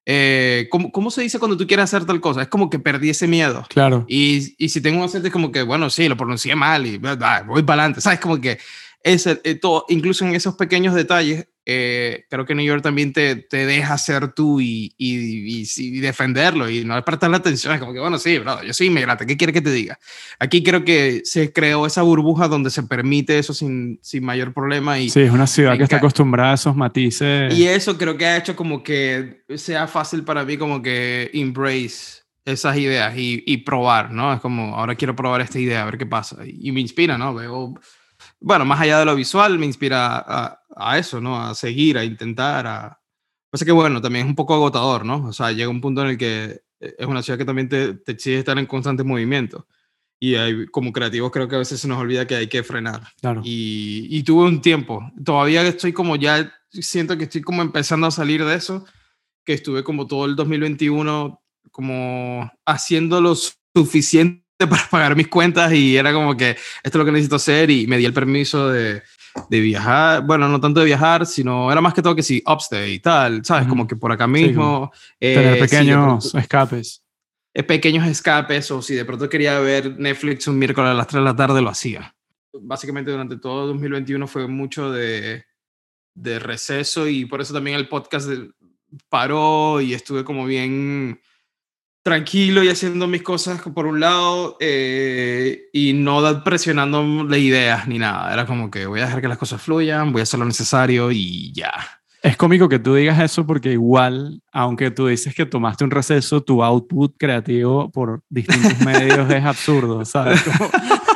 Eh, ¿cómo, ¿Cómo se dice cuando tú quieres hacer tal cosa? Es como que perdí ese miedo. Claro. Y, y si tengo un acento es como que, bueno, sí, lo pronuncié mal y voy para adelante. ¿Sabes? Como que es el, todo, incluso en esos pequeños detalles eh, creo que New York también te, te deja ser tú y, y, y, y defenderlo y no prestarle atención. Es como que, bueno, sí, bro, yo soy inmigrante, ¿qué quiere que te diga? Aquí creo que se creó esa burbuja donde se permite eso sin, sin mayor problema. Y sí, es una ciudad que está acostumbrada a esos matices. Y eso creo que ha hecho como que sea fácil para mí como que embrace esas ideas y, y probar, ¿no? Es como, ahora quiero probar esta idea, a ver qué pasa. Y, y me inspira, ¿no? Veo, bueno, más allá de lo visual, me inspira a, a eso, ¿no? A seguir, a intentar, a... Pasa que, bueno, también es un poco agotador, ¿no? O sea, llega un punto en el que es una ciudad que también te, te exige estar en constante movimiento. Y hay, como creativos creo que a veces se nos olvida que hay que frenar. Claro. Y, y tuve un tiempo, todavía estoy como ya, siento que estoy como empezando a salir de eso, que estuve como todo el dos mil veintiuno como haciendo lo suficiente para pagar mis cuentas y era como que esto es lo que necesito hacer y me di el permiso de, de viajar, bueno, no tanto de viajar, sino era más que todo que sí, upstate y tal, ¿sabes? Uh-huh. Como que por acá mismo. Sí, eh, tener pequeños sí, pronto, escapes. Pequeños escapes, o si de pronto quería ver Netflix un miércoles a las tres de la tarde, lo hacía. Básicamente durante todo dos mil veintiuno fue mucho de, de receso y por eso también el podcast paró y estuve como bien tranquilo y haciendo mis cosas por un lado eh, y no presionando las ideas ni nada. Era como que voy a dejar que las cosas fluyan, voy a hacer lo necesario y ya. Es cómico que tú digas eso porque igual, aunque tú dices que tomaste un receso, tu output creativo por distintos medios es absurdo, ¿sabes? Como,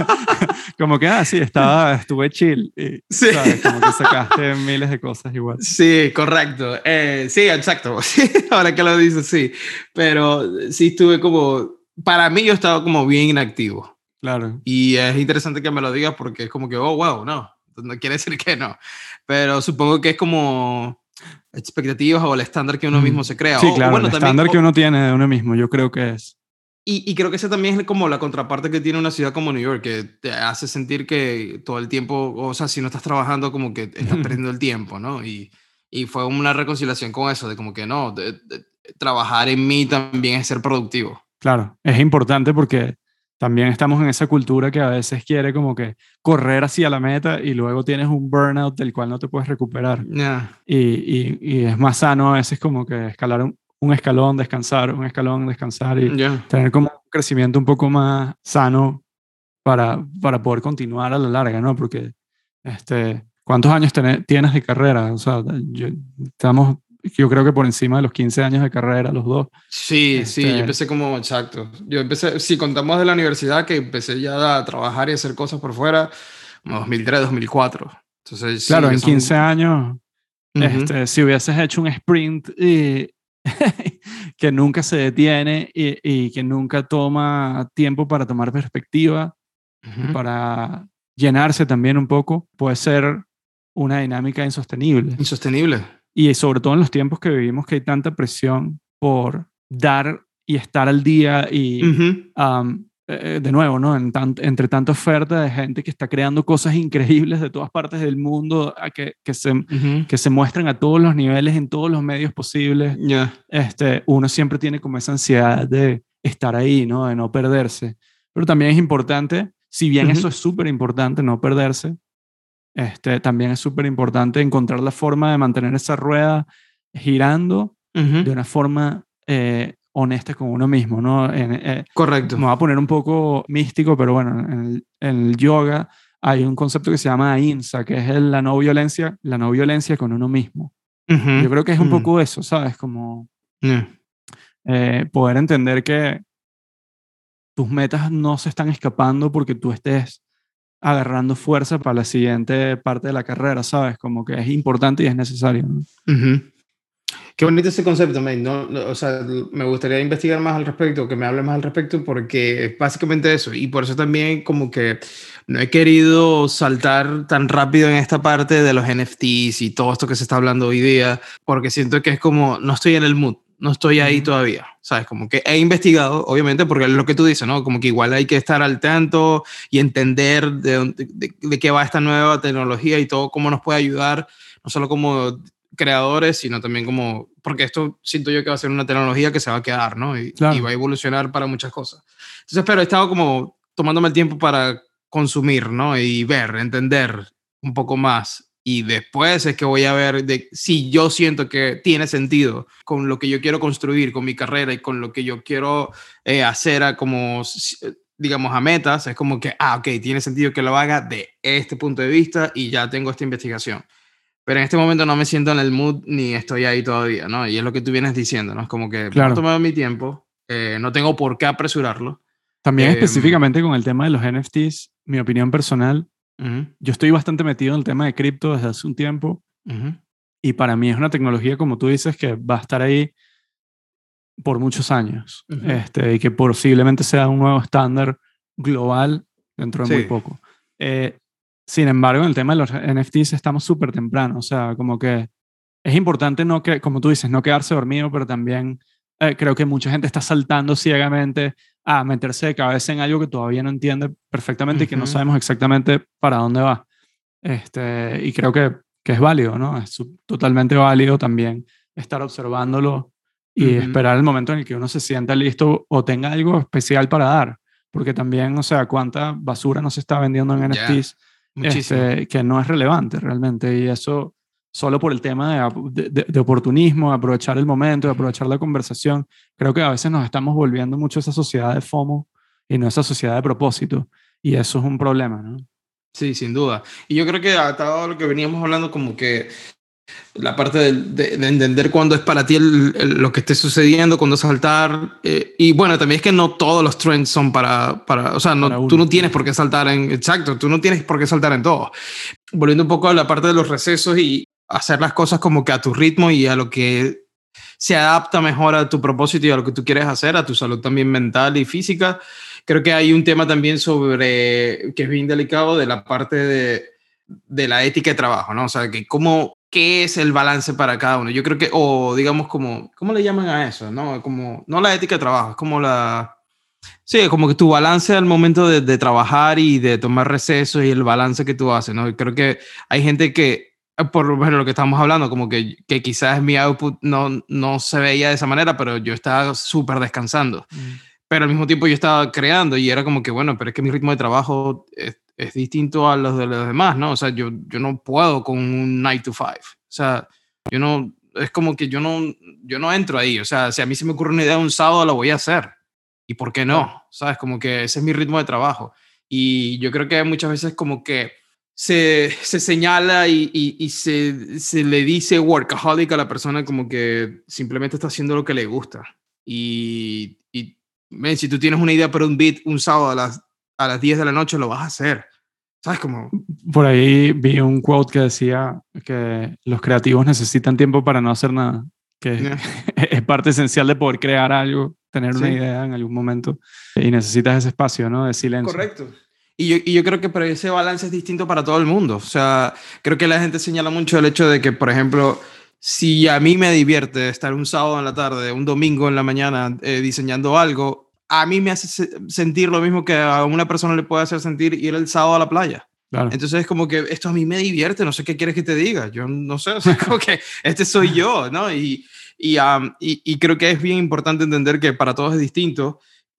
como que, ah, sí, estaba, estuve chill. Y, sí. ¿sabes? Como que sacaste miles de cosas igual. Sí, correcto. Eh, sí, exacto. Ahora que lo dices, sí. Pero sí estuve como... Para mí yo estaba como bien inactivo. Claro. Y es interesante que me lo digas porque es como que, oh, wow, no. No quiere decir que no. Pero supongo que es como expectativas o el estándar que uno mm. mismo se crea. Sí, o, claro, o bueno, el también, estándar o, que uno tiene de uno mismo, yo creo que es. Y, y creo que esa también es como la contraparte que tiene una ciudad como New York, que te hace sentir que todo el tiempo, o sea, si no estás trabajando, como que estás perdiendo el tiempo, ¿no? Y, y fue una reconciliación con eso, de como que no, de, de, trabajar en mí también es ser productivo. Claro, es importante porque también estamos en esa cultura que a veces quiere como que correr hacia la meta y luego tienes un burnout del cual no te puedes recuperar. Yeah. Y, y, y es más sano a veces como que escalar un, un escalón, descansar, un escalón, descansar y yeah. tener como un crecimiento un poco más sano para, para poder continuar a la larga, ¿no? Porque, este, ¿cuántos años ten, tienes de carrera? O sea, yo, estamos... Yo creo que por encima de los quince años de carrera, los dos. Sí, este... sí, yo empecé como, exacto. Yo empecé, si contamos de la universidad, que empecé ya a trabajar y a hacer cosas por fuera, como dos mil tres, dos mil cuatro. Entonces, claro, sí, en son... quince años, uh-huh. este, si hubieses hecho un sprint y, que nunca se detiene y, y que nunca toma tiempo para tomar perspectiva, uh-huh. y para llenarse también un poco, puede ser una dinámica insostenible. Insostenible. Y sobre todo en los tiempos que vivimos, que hay tanta presión por dar y estar al día y, uh-huh. um, eh, de nuevo, ¿no? En tant- entre tanta oferta de gente que está creando cosas increíbles de todas partes del mundo a que, que, se, uh-huh. que se muestran a todos los niveles, en todos los medios posibles, yeah. este, uno siempre tiene como esa ansiedad de estar ahí, ¿no? De no perderse. Pero también es importante, si bien uh-huh. eso es súper importante, no perderse, Este, también es súper importante encontrar la forma de mantener esa rueda girando uh-huh. de una forma eh, honesta con uno mismo, ¿no? En, eh, Correcto. Me voy a poner un poco místico, pero bueno, en el, en el yoga hay un concepto que se llama ahimsa, que es el, la no violencia, la no violencia con uno mismo. Uh-huh. Yo creo que es un uh-huh. poco eso, ¿sabes? Como yeah. eh, poder entender que tus metas no se están escapando porque tú estés agarrando fuerza para la siguiente parte de la carrera, ¿sabes? Como que es importante y es necesario, ¿no? Uh-huh. Qué bonito ese concepto, man. No, no, o sea, me gustaría investigar más al respecto, que me hable más al respecto, porque es básicamente eso. Y por eso también como que no he querido saltar tan rápido en esta parte de los N F Ts y todo esto que se está hablando hoy día, porque siento que es como, no estoy en el mood, no estoy ahí uh-huh. todavía, ¿sabes? Como que he investigado, obviamente, porque es lo que tú dices, ¿no? Como que igual hay que estar al tanto y entender de, de, de qué va esta nueva tecnología y todo, cómo nos puede ayudar, no solo como creadores, sino también como, porque esto siento yo que va a ser una tecnología que se va a quedar, ¿no? Y, claro. y va a evolucionar para muchas cosas. Entonces, pero he estado como tomándome el tiempo para consumir, ¿no? Y ver, entender un poco más y después es que voy a ver de, si yo siento que tiene sentido con lo que yo quiero construir, con mi carrera y con lo que yo quiero eh, hacer a como, digamos, a metas, es como que, ah, ok, tiene sentido que lo haga de este punto de vista y ya tengo esta investigación. Pero en este momento no me siento en el mood ni estoy ahí todavía, ¿no? Y es lo que tú vienes diciendo, ¿no? Es como que Claro. no he tomado mi tiempo, eh, no tengo por qué apresurarlo. También Eh, específicamente con el tema de los N F Ts, mi opinión personal, uh-huh, yo estoy bastante metido en el tema de cripto desde hace un tiempo uh-huh. y para mí es una tecnología, como tú dices, que va a estar ahí por muchos años, Uh-huh. este, y que posiblemente sea un nuevo estándar global dentro de Sí. muy poco. Eh, sin embargo, en el tema de los N F Ts estamos súper temprano, o sea, como que es importante, no que, como tú dices, no quedarse dormido, pero también eh, creo que mucha gente está saltando ciegamente a meterse de cabeza en algo que todavía no entiende perfectamente uh-huh. y que no sabemos exactamente para dónde va. Este, y creo que, que es válido, ¿no? Es totalmente válido también estar observándolo y uh-huh. esperar el momento en el que uno se sienta listo o tenga algo especial para dar. Porque también, o sea, cuánta basura no se está vendiendo en N F Ts yeah, este, que no es relevante realmente. Y eso solo por el tema de, de, de oportunismo, de aprovechar el momento, de aprovechar la conversación. Creo que a veces nos estamos volviendo mucho esa sociedad de FOMO y no esa sociedad de propósito. Y eso es un problema, ¿no? Sí, sin duda. Y yo creo que atado a lo que veníamos hablando, como que la parte de, de, de entender cuándo es para ti el, el, lo que esté sucediendo, cuándo saltar. Eh, y bueno, también es que no todos los trends son para, para o sea, no, para tú no tienes por qué saltar en, exacto, tú no tienes por qué saltar en todo. Volviendo un poco a la parte de los recesos y hacer las cosas como que a tu ritmo y a lo que se adapta mejor a tu propósito y a lo que tú quieres hacer, a tu salud también mental y física. Creo que hay un tema también sobre, que es bien delicado, de la parte de, de la ética de trabajo, ¿no? O sea, que cómo, qué es el balance para cada uno. Yo creo que, o digamos como, ¿cómo le llaman a eso? ¿No? Como, no la ética de trabajo, es como la... Sí, como que tu balance al momento de, de trabajar y de tomar recesos y el balance que tú haces, ¿no? Creo que hay gente que, por bueno, lo que estamos hablando, como que, que quizás mi output no, no se veía de esa manera, pero yo estaba súper descansando. Mm. Pero al mismo tiempo yo estaba creando y era como que, bueno, pero es que mi ritmo de trabajo es, es distinto a los de los demás, ¿no? O sea, yo, yo no puedo con un nine to five. O sea, yo no, es como que yo no, yo no entro ahí. O sea, si a mí se me ocurre una idea un sábado, la voy a hacer. ¿Y por qué no? Claro. ¿Sabes? Como que ese es mi ritmo de trabajo. Y yo creo que muchas veces como que se, se señala y, y, y se, se le dice workaholic a la persona como que simplemente está haciendo lo que le gusta. Y, y man, si tú tienes una idea para un beat un sábado a las, a las diez de la noche, lo vas a hacer. ¿Sabes cómo? Por ahí vi un quote que decía que los creativos necesitan tiempo para no hacer nada. Que yeah. es parte esencial de poder crear algo, tener una ¿Sí? idea en algún momento. Y necesitas ese espacio, ¿no? De silencio. Correcto. Y yo, y yo creo que pero ese balance es distinto para todo el mundo. O sea, creo que la gente señala mucho el hecho de que, por ejemplo, si a mí me divierte estar un sábado en la tarde, un domingo en la mañana eh, diseñando algo, a mí me hace sentir lo mismo que a una persona le puede hacer sentir ir el sábado a la playa. Claro. Entonces es como que esto a mí me divierte, no sé qué quieres que te diga. Yo no sé, o sea, como que este soy yo, ¿no? Y, y, um, y, y creo que es bien importante entender que para todos es distinto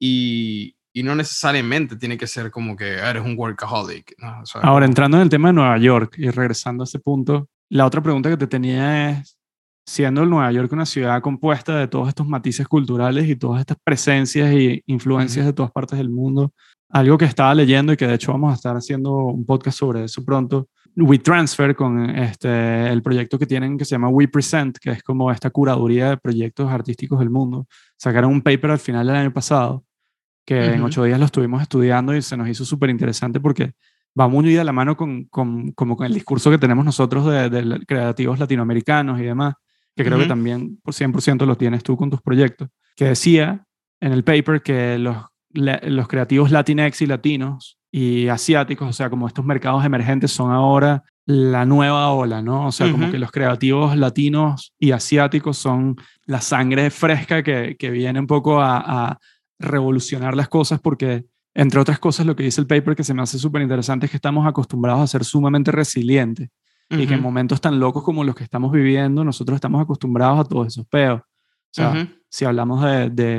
y, y no necesariamente tiene que ser como que eres un workaholic, ¿no? O sea, ahora, como... entrando en el tema de Nueva York y regresando a ese punto, la otra pregunta que te tenía es, siendo el Nueva York una ciudad compuesta de todos estos matices culturales y todas estas presencias y influencias uh-huh. de todas partes del mundo, algo que estaba leyendo y que de hecho vamos a estar haciendo un podcast sobre eso pronto, WeTransfer, con este, el proyecto que tienen que se llama WePresent, que es como esta curaduría de proyectos artísticos del mundo. Sacaron un paper al final del año pasado que uh-huh. en ocho días lo estuvimos estudiando y se nos hizo súper interesante porque va muy de la mano con, con, como con el discurso que tenemos nosotros de, de creativos latinoamericanos y demás, que creo uh-huh. que también por cien por ciento lo tienes tú con tus proyectos, que decía en el paper que los, los creativos latinex y latinos y asiáticos, o sea, como estos mercados emergentes son ahora la nueva ola, ¿no? O sea, uh-huh. como que los creativos latinos y asiáticos son la sangre fresca que, que viene un poco a, a revolucionar las cosas porque, entre otras cosas, lo que dice el paper que se me hace súper interesante es que estamos acostumbrados a ser sumamente resilientes uh-huh. y que en momentos tan locos como los que estamos viviendo nosotros estamos acostumbrados a todos esos peos. O sea, uh-huh. si hablamos de, de,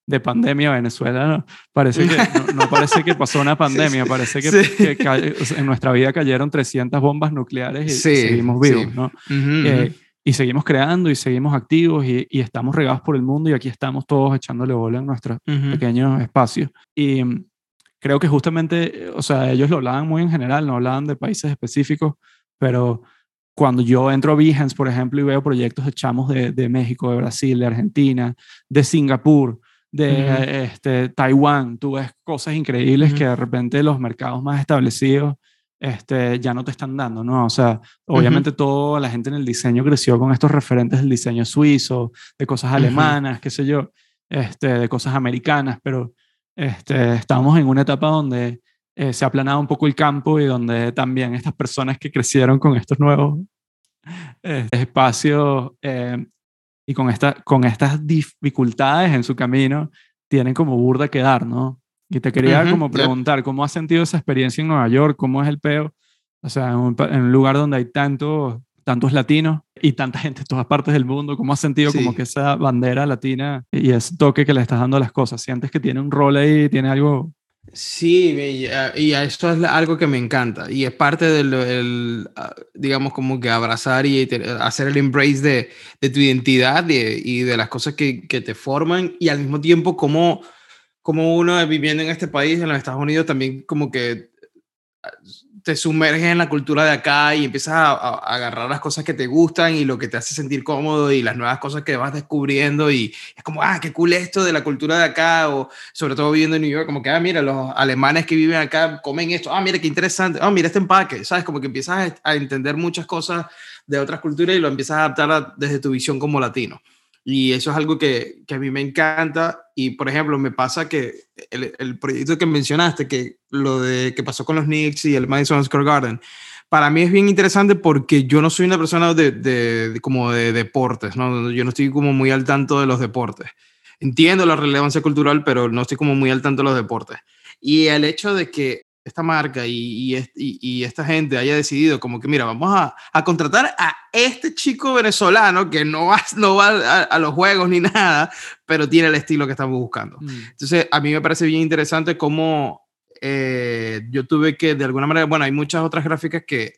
de pandemia Venezuela, ¿no? Parece que, no, no parece que pasó una pandemia, sí, parece que, sí. que, que o sea, en nuestra vida cayeron trescientas bombas nucleares y, sí, y seguimos vivos, sí. ¿no? Uh-huh, eh, uh-huh. Y seguimos creando y seguimos activos y, y estamos regados por el mundo y aquí estamos todos echándole bola en nuestros uh-huh. pequeños espacios. Y creo que justamente, o sea, ellos lo hablaban muy en general, no hablaban de países específicos, pero cuando yo entro a Behance, por ejemplo, y veo proyectos de chamos de, de México, de Brasil, de Argentina, de Singapur, de uh-huh. este, Taiwán, tú ves cosas increíbles uh-huh. que de repente los mercados más establecidos este, ya no te están dando, ¿no? O sea, obviamente uh-huh. toda la gente en el diseño creció con estos referentes del diseño suizo, de cosas alemanas, uh-huh. qué sé yo, este, de cosas americanas, pero este, estamos en una etapa donde eh, se ha aplanado un poco el campo y donde también estas personas que crecieron con estos nuevos eh, espacios eh, y con, esta, con estas dificultades en su camino, tienen como burda que dar, ¿no? Y te quería uh-huh, como preguntar, yep. ¿cómo has sentido esa experiencia en Nueva York? ¿Cómo es el peo? O sea, en un, en un lugar donde hay tanto, tantos latinos y tanta gente de todas partes del mundo, ¿cómo has sentido sí. como que esa bandera latina y ese toque que le estás dando a las cosas? ¿Sientes que tiene un rol ahí, tiene algo? Sí, y eso es algo que me encanta y es parte del, el, digamos, como que abrazar y hacer el embrace de, de tu identidad de, y de las cosas que, que te forman y al mismo tiempo como, como uno viviendo en este país, en los Estados Unidos, también como que te sumerges en la cultura de acá y empiezas a, a, a agarrar las cosas que te gustan y lo que te hace sentir cómodo y las nuevas cosas que vas descubriendo y es como, ah, qué cool esto de la cultura de acá o sobre todo viviendo en New York, como que, ah, mira, los alemanes que viven acá comen esto, ah, mira, qué interesante, ah, mira este empaque, ¿sabes? Como que empiezas a, a entender muchas cosas de otras culturas y lo empiezas a adaptar a, desde tu visión como latino. Y eso es algo que, que a mí me encanta. Y, por ejemplo, me pasa que el, el proyecto que mencionaste, que lo de que pasó con los Knicks y el Madison Square Garden, para mí es bien interesante porque yo no soy una persona de, de, de como de deportes, ¿no? Yo no estoy como muy al tanto de los deportes. Entiendo la relevancia cultural, pero no estoy como muy al tanto de los deportes. Y el hecho de que esta marca y, y, y, y esta gente haya decidido como que, mira, vamos a, a contratar a este chico venezolano que no va, no va a, a los juegos ni nada, pero tiene el estilo que estamos buscando. Mm. Entonces, a mí me parece bien interesante cómo eh, yo tuve que, de alguna manera, bueno, hay muchas otras gráficas que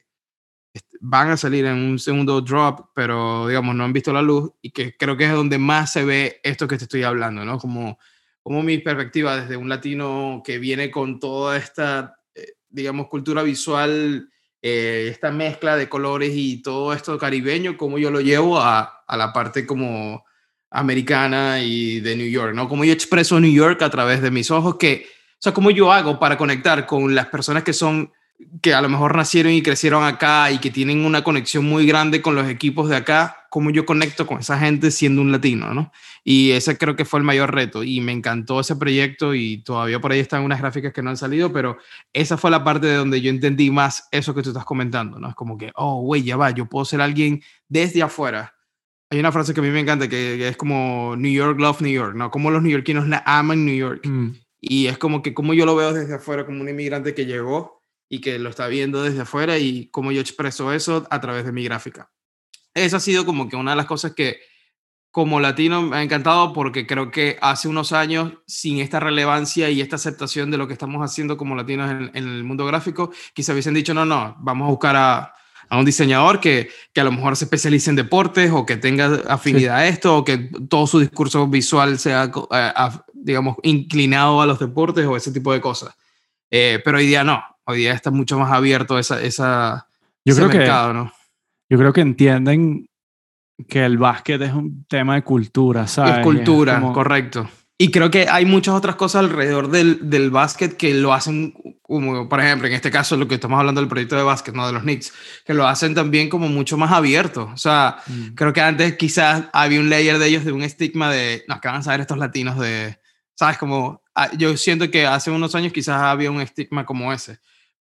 van a salir en un segundo drop, pero, digamos, no han visto la luz y que creo que es donde más se ve esto que te estoy hablando, ¿no? Como, como mi perspectiva desde un latino que viene con toda esta digamos, cultura visual, eh, esta mezcla de colores y todo esto caribeño, cómo yo lo llevo a, a la parte como americana y de New York, ¿no? Cómo yo expreso New York a través de mis ojos, que, o sea, cómo yo hago para conectar con las personas que son, que a lo mejor nacieron y crecieron acá y que tienen una conexión muy grande con los equipos de acá, cómo yo conecto con esa gente siendo un latino, ¿no? Y ese creo que fue el mayor reto y me encantó ese proyecto y todavía por ahí están unas gráficas que no han salido, pero esa fue la parte de donde yo entendí más eso que tú estás comentando, ¿no? Es como que, oh, güey, ya va, yo puedo ser alguien desde afuera. Hay una frase que a mí me encanta que, que es como New York love New York, ¿no? Como los neoyorquinos aman New York. Mm. Y es como que como yo lo veo desde afuera como un inmigrante que llegó y que lo está viendo desde afuera y cómo yo expreso eso a través de mi gráfica. Esa ha sido como que una de las cosas que como latino me ha encantado porque creo que hace unos años sin esta relevancia y esta aceptación de lo que estamos haciendo como latinos en, en el mundo gráfico, quizá hubiesen dicho no, no, vamos a buscar a, a un diseñador que, que a lo mejor se especialice en deportes o que tenga afinidad sí. a esto o que todo su discurso visual sea, a, a, digamos, inclinado a los deportes o ese tipo de cosas. Eh, pero hoy día no, hoy día está mucho más abierto esa, esa, yo ese creo mercado, que, ¿no? Yo creo que entienden que el básquet es un tema de cultura, ¿sabes? Es cultura, es como... correcto. Y creo que hay muchas otras cosas alrededor del, del básquet que lo hacen, como por ejemplo, en este caso, lo que estamos hablando del proyecto de básquet, no de los Knicks, que lo hacen también como mucho más abierto. O sea, mm. creo que antes quizás había un layer de ellos de un estigma de, no, que van a saber estos latinos de, ¿sabes? Como, yo siento que hace unos años quizás había un estigma como ese.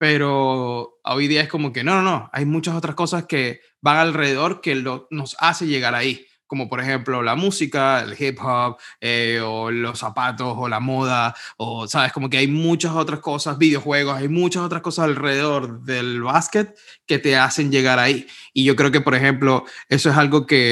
Pero hoy día es como que no, no, no, hay muchas otras cosas que van alrededor que lo, nos hace llegar ahí, como por ejemplo la música, el hip hop, eh, o los zapatos, o la moda, o sabes, como que hay muchas otras cosas, videojuegos, hay muchas otras cosas alrededor del básquet que te hacen llegar ahí. Y yo creo que, por ejemplo, eso es algo que,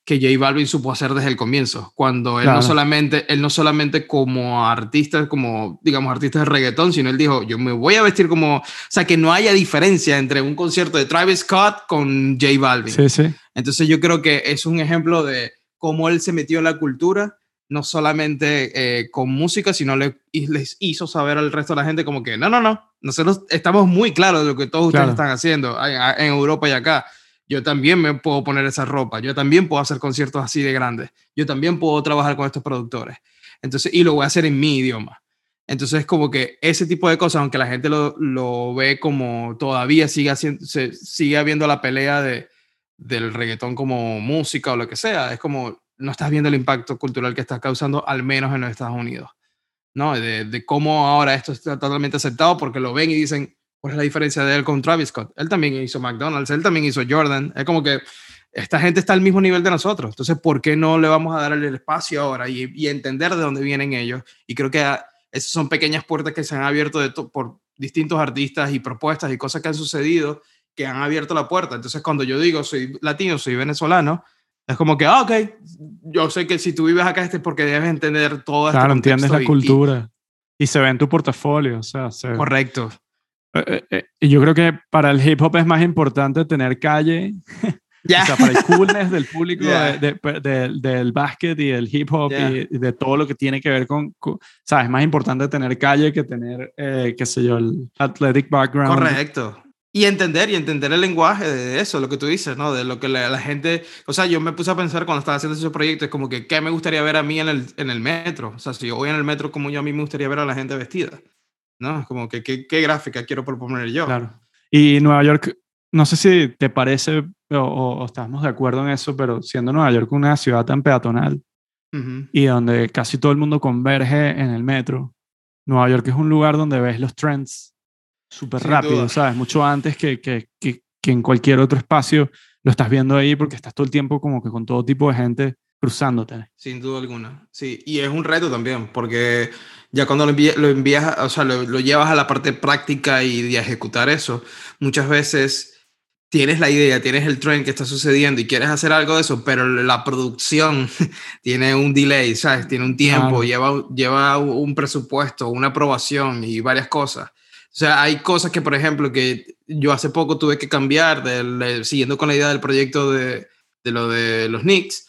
que J Balvin supo hacer desde el comienzo, cuando él, Claro. no solamente, él no solamente como artista, como digamos artista de reggaetón, sino él dijo, yo me voy a vestir como, o sea, que no haya diferencia entre un concierto de Travis Scott con J Balvin. Sí, sí. Entonces yo creo que es un ejemplo de cómo él se metió en la cultura, no solamente eh, con música, sino le, y les hizo saber al resto de la gente como que no, no, no, nosotros estamos muy claros de lo que todos ustedes Claro. están haciendo en, en Europa y acá. Yo también me puedo poner esa ropa, yo también puedo hacer conciertos así de grandes, yo también puedo trabajar con estos productores. Entonces, y lo voy a hacer en mi idioma. Entonces, como que ese tipo de cosas, aunque la gente lo, lo ve como todavía sigue, haciendo, se, sigue habiendo la pelea de, del reggaetón como música o lo que sea, es como no estás viendo el impacto cultural que está causando, al menos en los Estados Unidos, ¿no? De, de cómo ahora esto está totalmente aceptado porque lo ven y dicen, ¿cuál es la diferencia de él con Travis Scott? Él también hizo McDonald's, él también hizo Jordan. Es como que esta gente está al mismo nivel de nosotros. Entonces, ¿por qué no le vamos a dar el espacio ahora y, y entender de dónde vienen ellos? Y creo que a, esas son pequeñas puertas que se han abierto de por distintos artistas y propuestas y cosas que han sucedido que han abierto la puerta. Entonces, cuando yo digo soy latino, soy venezolano, es como que, ah, ok, yo sé que si tú vives acá es porque debes entender todo este Claro, contexto. entiendes la y, cultura. Y, y se ve en tu portafolio, o sea, se, correcto. Eh, eh, y yo creo que para el hip hop es más importante tener calle, Yeah. o sea, para el coolness del público Yeah. de, de, de, del básquet y del hip hop Yeah. y, y de todo lo que tiene que ver con, con sabes, es más importante tener calle que tener, eh, qué sé yo, el athletic background. Correcto. Y entender, y entender el lenguaje de eso, lo que tú dices, ¿no? De lo que la, la gente... O sea, yo me puse a pensar cuando estaba haciendo ese proyecto, es como que, ¿qué me gustaría ver a mí en el, en el metro? O sea, si yo voy en el metro, como yo a mí me gustaría ver a la gente vestida, ¿no? Es como que, ¿qué, qué gráfica quiero proponer yo? Claro. Y Nueva York, no sé si te parece o, o, o estamos de acuerdo en eso, pero siendo Nueva York una ciudad tan peatonal Uh-huh. y donde casi todo el mundo converge en el metro, Nueva York es un lugar donde ves los trends súper rápido, duda. ¿sabes? Mucho antes que, que, que, que en cualquier otro espacio lo estás viendo ahí porque estás todo el tiempo como que con todo tipo de gente cruzándote. Sin duda alguna, sí. Y es un reto también, porque ya cuando lo, envías, lo envías, o sea, lo, lo llevas a la parte práctica y de ejecutar eso, muchas veces tienes la idea, tienes el trend que está sucediendo y quieres hacer algo de eso, pero la producción tiene un delay, ¿sabes? Tiene un tiempo, Claro. lleva, lleva un presupuesto, una aprobación y varias cosas. O sea, hay cosas que, por ejemplo, que yo hace poco tuve que cambiar, del, de, siguiendo con la idea del proyecto de, de lo de los Knicks,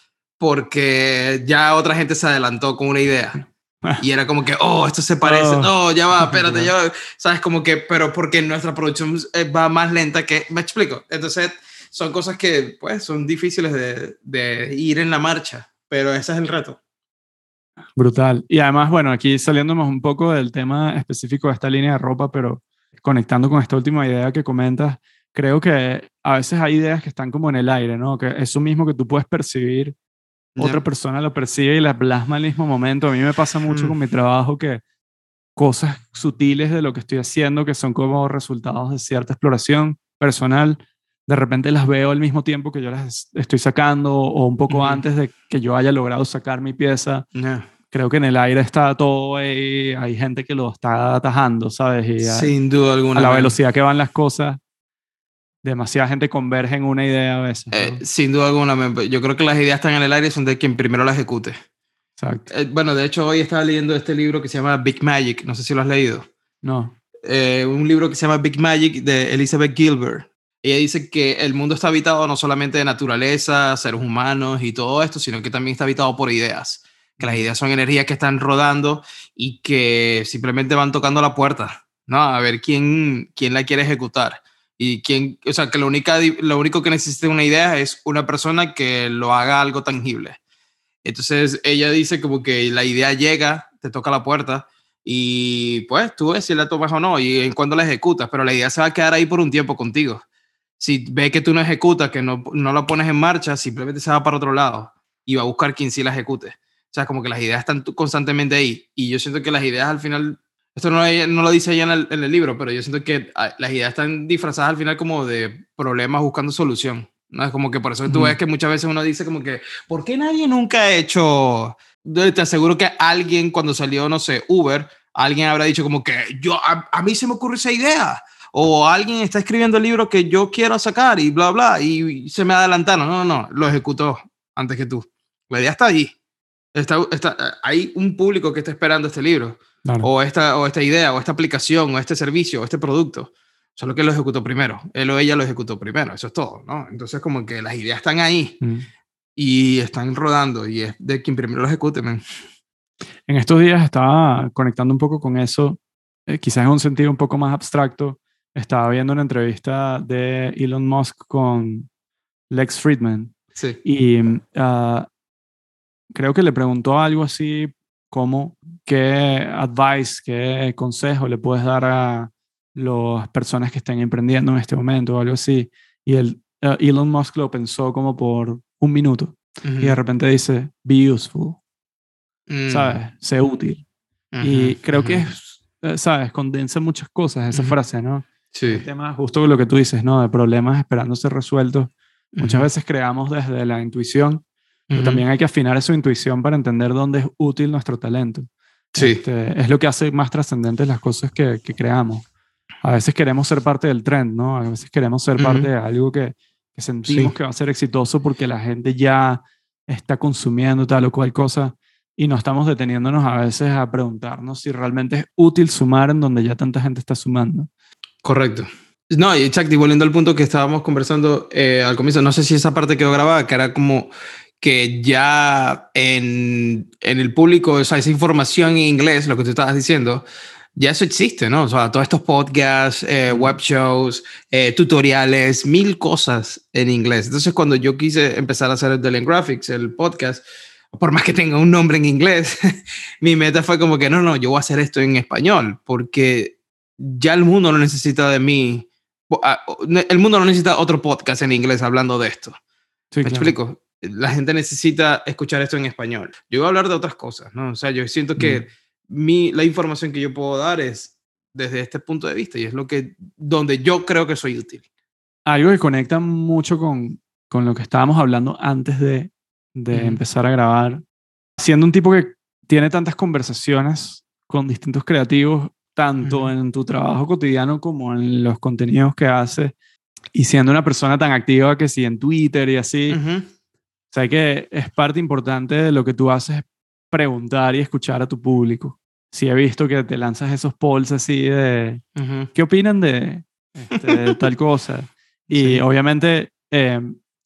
porque ya otra gente se adelantó con una idea. Y era como que, oh, esto se parece. Oh. No, ya va, espérate, ya va. ¿Sabes? Como que, pero porque nuestra producción va más lenta que... ¿Me explico? Entonces, son cosas que, pues, son difíciles de, de ir en la marcha, pero ese es el reto. Brutal. Y además, bueno, aquí saliéndonos un poco del tema específico de esta línea de ropa, pero conectando con esta última idea que comentas, creo que a veces hay ideas que están como en el aire, ¿no? Que eso mismo que tú puedes percibir, yeah. otra persona lo percibe y la plasma al mismo momento. A mí me pasa mucho mm. con mi trabajo que cosas sutiles de lo que estoy haciendo, que son como resultados de cierta exploración personal, de repente las veo al mismo tiempo que yo las estoy sacando o un poco mm. antes de que yo haya logrado sacar mi pieza. Yeah. Creo que en el aire está todo ahí, hay gente que lo está atajando, ¿sabes? Y Sin a, duda alguna. A la velocidad que van las cosas, demasiada gente converge en una idea a veces. Eh, sin duda alguna. Yo creo que las ideas están en el aire, son de quien primero las ejecute. Exacto. Eh, bueno, de hecho, hoy estaba leyendo este libro que se llama Big Magic. No sé si lo has leído. No. Eh, un libro que se llama Big Magic de Elizabeth Gilbert. Ella dice que el mundo está habitado no solamente de naturaleza, seres humanos y todo esto, sino que también está habitado por ideas. Que las ideas son energías que están rodando y que simplemente van tocando la puerta, ¿no? A ver quién, quién la quiere ejecutar. Y quién, o sea, que lo, única, lo único que necesita una idea es una persona que lo haga algo tangible. Entonces ella dice como que la idea llega, te toca la puerta y pues tú ves si la tomas o no y en cuándo la ejecutas, pero la idea se va a quedar ahí por un tiempo contigo. Si ve que tú no ejecutas, que no, no la pones en marcha, simplemente se va para otro lado y va a buscar quien sí la ejecute. O sea, como que las ideas están constantemente ahí. Y yo siento que las ideas al final, esto no, no lo dice ella en el, en el libro, pero yo siento que las ideas están disfrazadas al final como de problemas buscando solución. ¿No? Es como que por eso tú mm. ves que muchas veces uno dice como que, ¿por qué nadie nunca ha hecho? Te aseguro que alguien cuando salió, no sé, Uber, alguien habrá dicho como que yo, a, a mí se me ocurre esa idea. O alguien está escribiendo el libro que yo quiero sacar y bla, bla, y se me adelantaron. No, no, no, lo ejecutó. antes que tú. La idea está ahí. Está, está, hay un público que está esperando este libro, claro. o, esta, o esta idea, o esta aplicación, o este servicio, o este producto. Solo que lo ejecutó primero. Él o ella lo ejecutó primero. Eso es todo, ¿no? Entonces, como que las ideas están ahí mm. y están rodando, y es de quien primero lo ejecute, man. En estos días estaba conectando un poco con eso, eh, quizás en un sentido un poco más abstracto. Estaba viendo una entrevista de Elon Musk con Lex Fridman. Sí. Y uh, creo que le preguntó algo así como qué advice, qué consejo le puedes dar a las personas que estén emprendiendo en este momento o algo así. Y el, uh, Elon Musk lo pensó como por un minuto. Uh-huh. Y de repente dice, be useful. Mm. ¿Sabes? Sé útil. Uh-huh. Y creo uh-huh. que es, ¿sabes? Condensa muchas cosas esa uh-huh. frase, ¿no? Sí. El tema, justo lo que tú dices, ¿no? De problemas esperando ser resueltos. Muchas uh-huh. veces creamos desde la intuición, pero uh-huh. también hay que afinar esa intuición para entender dónde es útil nuestro talento. Sí. Este, es lo que hace más trascendentes las cosas que, que creamos. A veces queremos ser parte del trend, ¿no? A veces queremos ser uh-huh. parte de algo que, que sentimos sí. que va a ser exitoso porque la gente ya está consumiendo tal o cual cosa y no estamos deteniéndonos a veces a preguntarnos si realmente es útil sumar en donde ya tanta gente está sumando. Correcto. No, y exacto, y volviendo al punto que estábamos conversando eh, al comienzo, no sé si esa parte quedó grabada, que era como que ya en, en el público, o sea, esa información en inglés, lo que tú estabas diciendo, ya eso existe, ¿no? O sea, todos estos podcasts, eh, web shows, eh, tutoriales, mil cosas en inglés. Entonces, cuando yo quise empezar a hacer el Delian Graphics, el podcast, por más que tenga un nombre en inglés, mi meta fue como que no, no, yo voy a hacer esto en español, porque ya el mundo no necesita de mí. El mundo no necesita otro podcast en inglés hablando de esto. Sí, ¿Me claro. explico? La gente necesita escuchar esto en español. Yo voy a hablar de otras cosas, ¿no? O sea, yo siento que mm. mi, la información que yo puedo dar es desde este punto de vista y es lo que, donde yo creo que soy útil. Algo que conecta mucho con, con lo que estábamos hablando antes de, de uh-huh. empezar a grabar. Siendo un tipo que tiene tantas conversaciones con distintos creativos, tanto uh-huh. en tu trabajo cotidiano como en los contenidos que haces, y siendo una persona tan activa que sí en Twitter y así, uh-huh. o sea que es parte importante de lo que tú haces preguntar y escuchar a tu público. Sí he visto que te lanzas esos polls así de uh-huh. ¿qué opinan de, este, de tal cosa? Y sí. obviamente eh,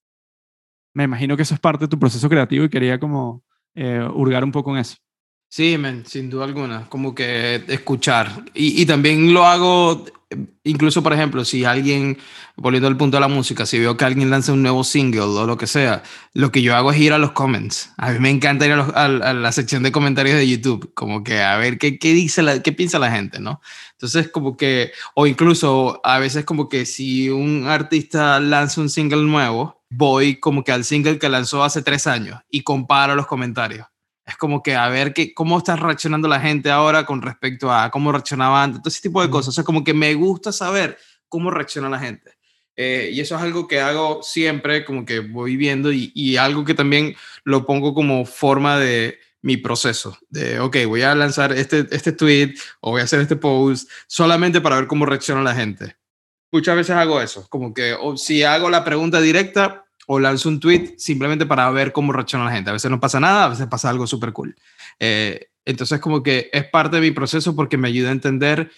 me imagino que eso es parte de tu proceso creativo y quería como eh, hurgar un poco en eso. Sí, man, sin duda alguna, como que escuchar. Y, y también lo hago, incluso, por ejemplo, si alguien, volviendo al punto de la música, si veo que alguien lanza un nuevo single o lo que sea, lo que yo hago es ir a los comments. A mí me encanta ir a, los, a, a la sección de comentarios de YouTube, como que a ver qué, qué dice, la, qué piensa la gente, ¿no? Entonces, como que, o incluso a veces como que si un artista lanza un single nuevo, voy como que al single que lanzó hace tres años y comparo los comentarios. Es como que a ver qué, cómo está reaccionando la gente ahora con respecto a cómo reaccionaba antes, todo ese tipo de cosas. O sea, como que me gusta saber cómo reacciona la gente. Eh, y eso es algo que hago siempre, como que voy viendo y, y algo que también lo pongo como forma de mi proceso. De, ok, voy a lanzar este, este tweet o voy a hacer este post solamente para ver cómo reacciona la gente. Muchas veces hago eso, como que o si hago la pregunta directa, o lanzo un tweet simplemente para ver cómo reacciona la gente. A veces no pasa nada, a veces pasa algo súper cool. Eh, entonces, como que es parte de mi proceso porque me ayuda a entender,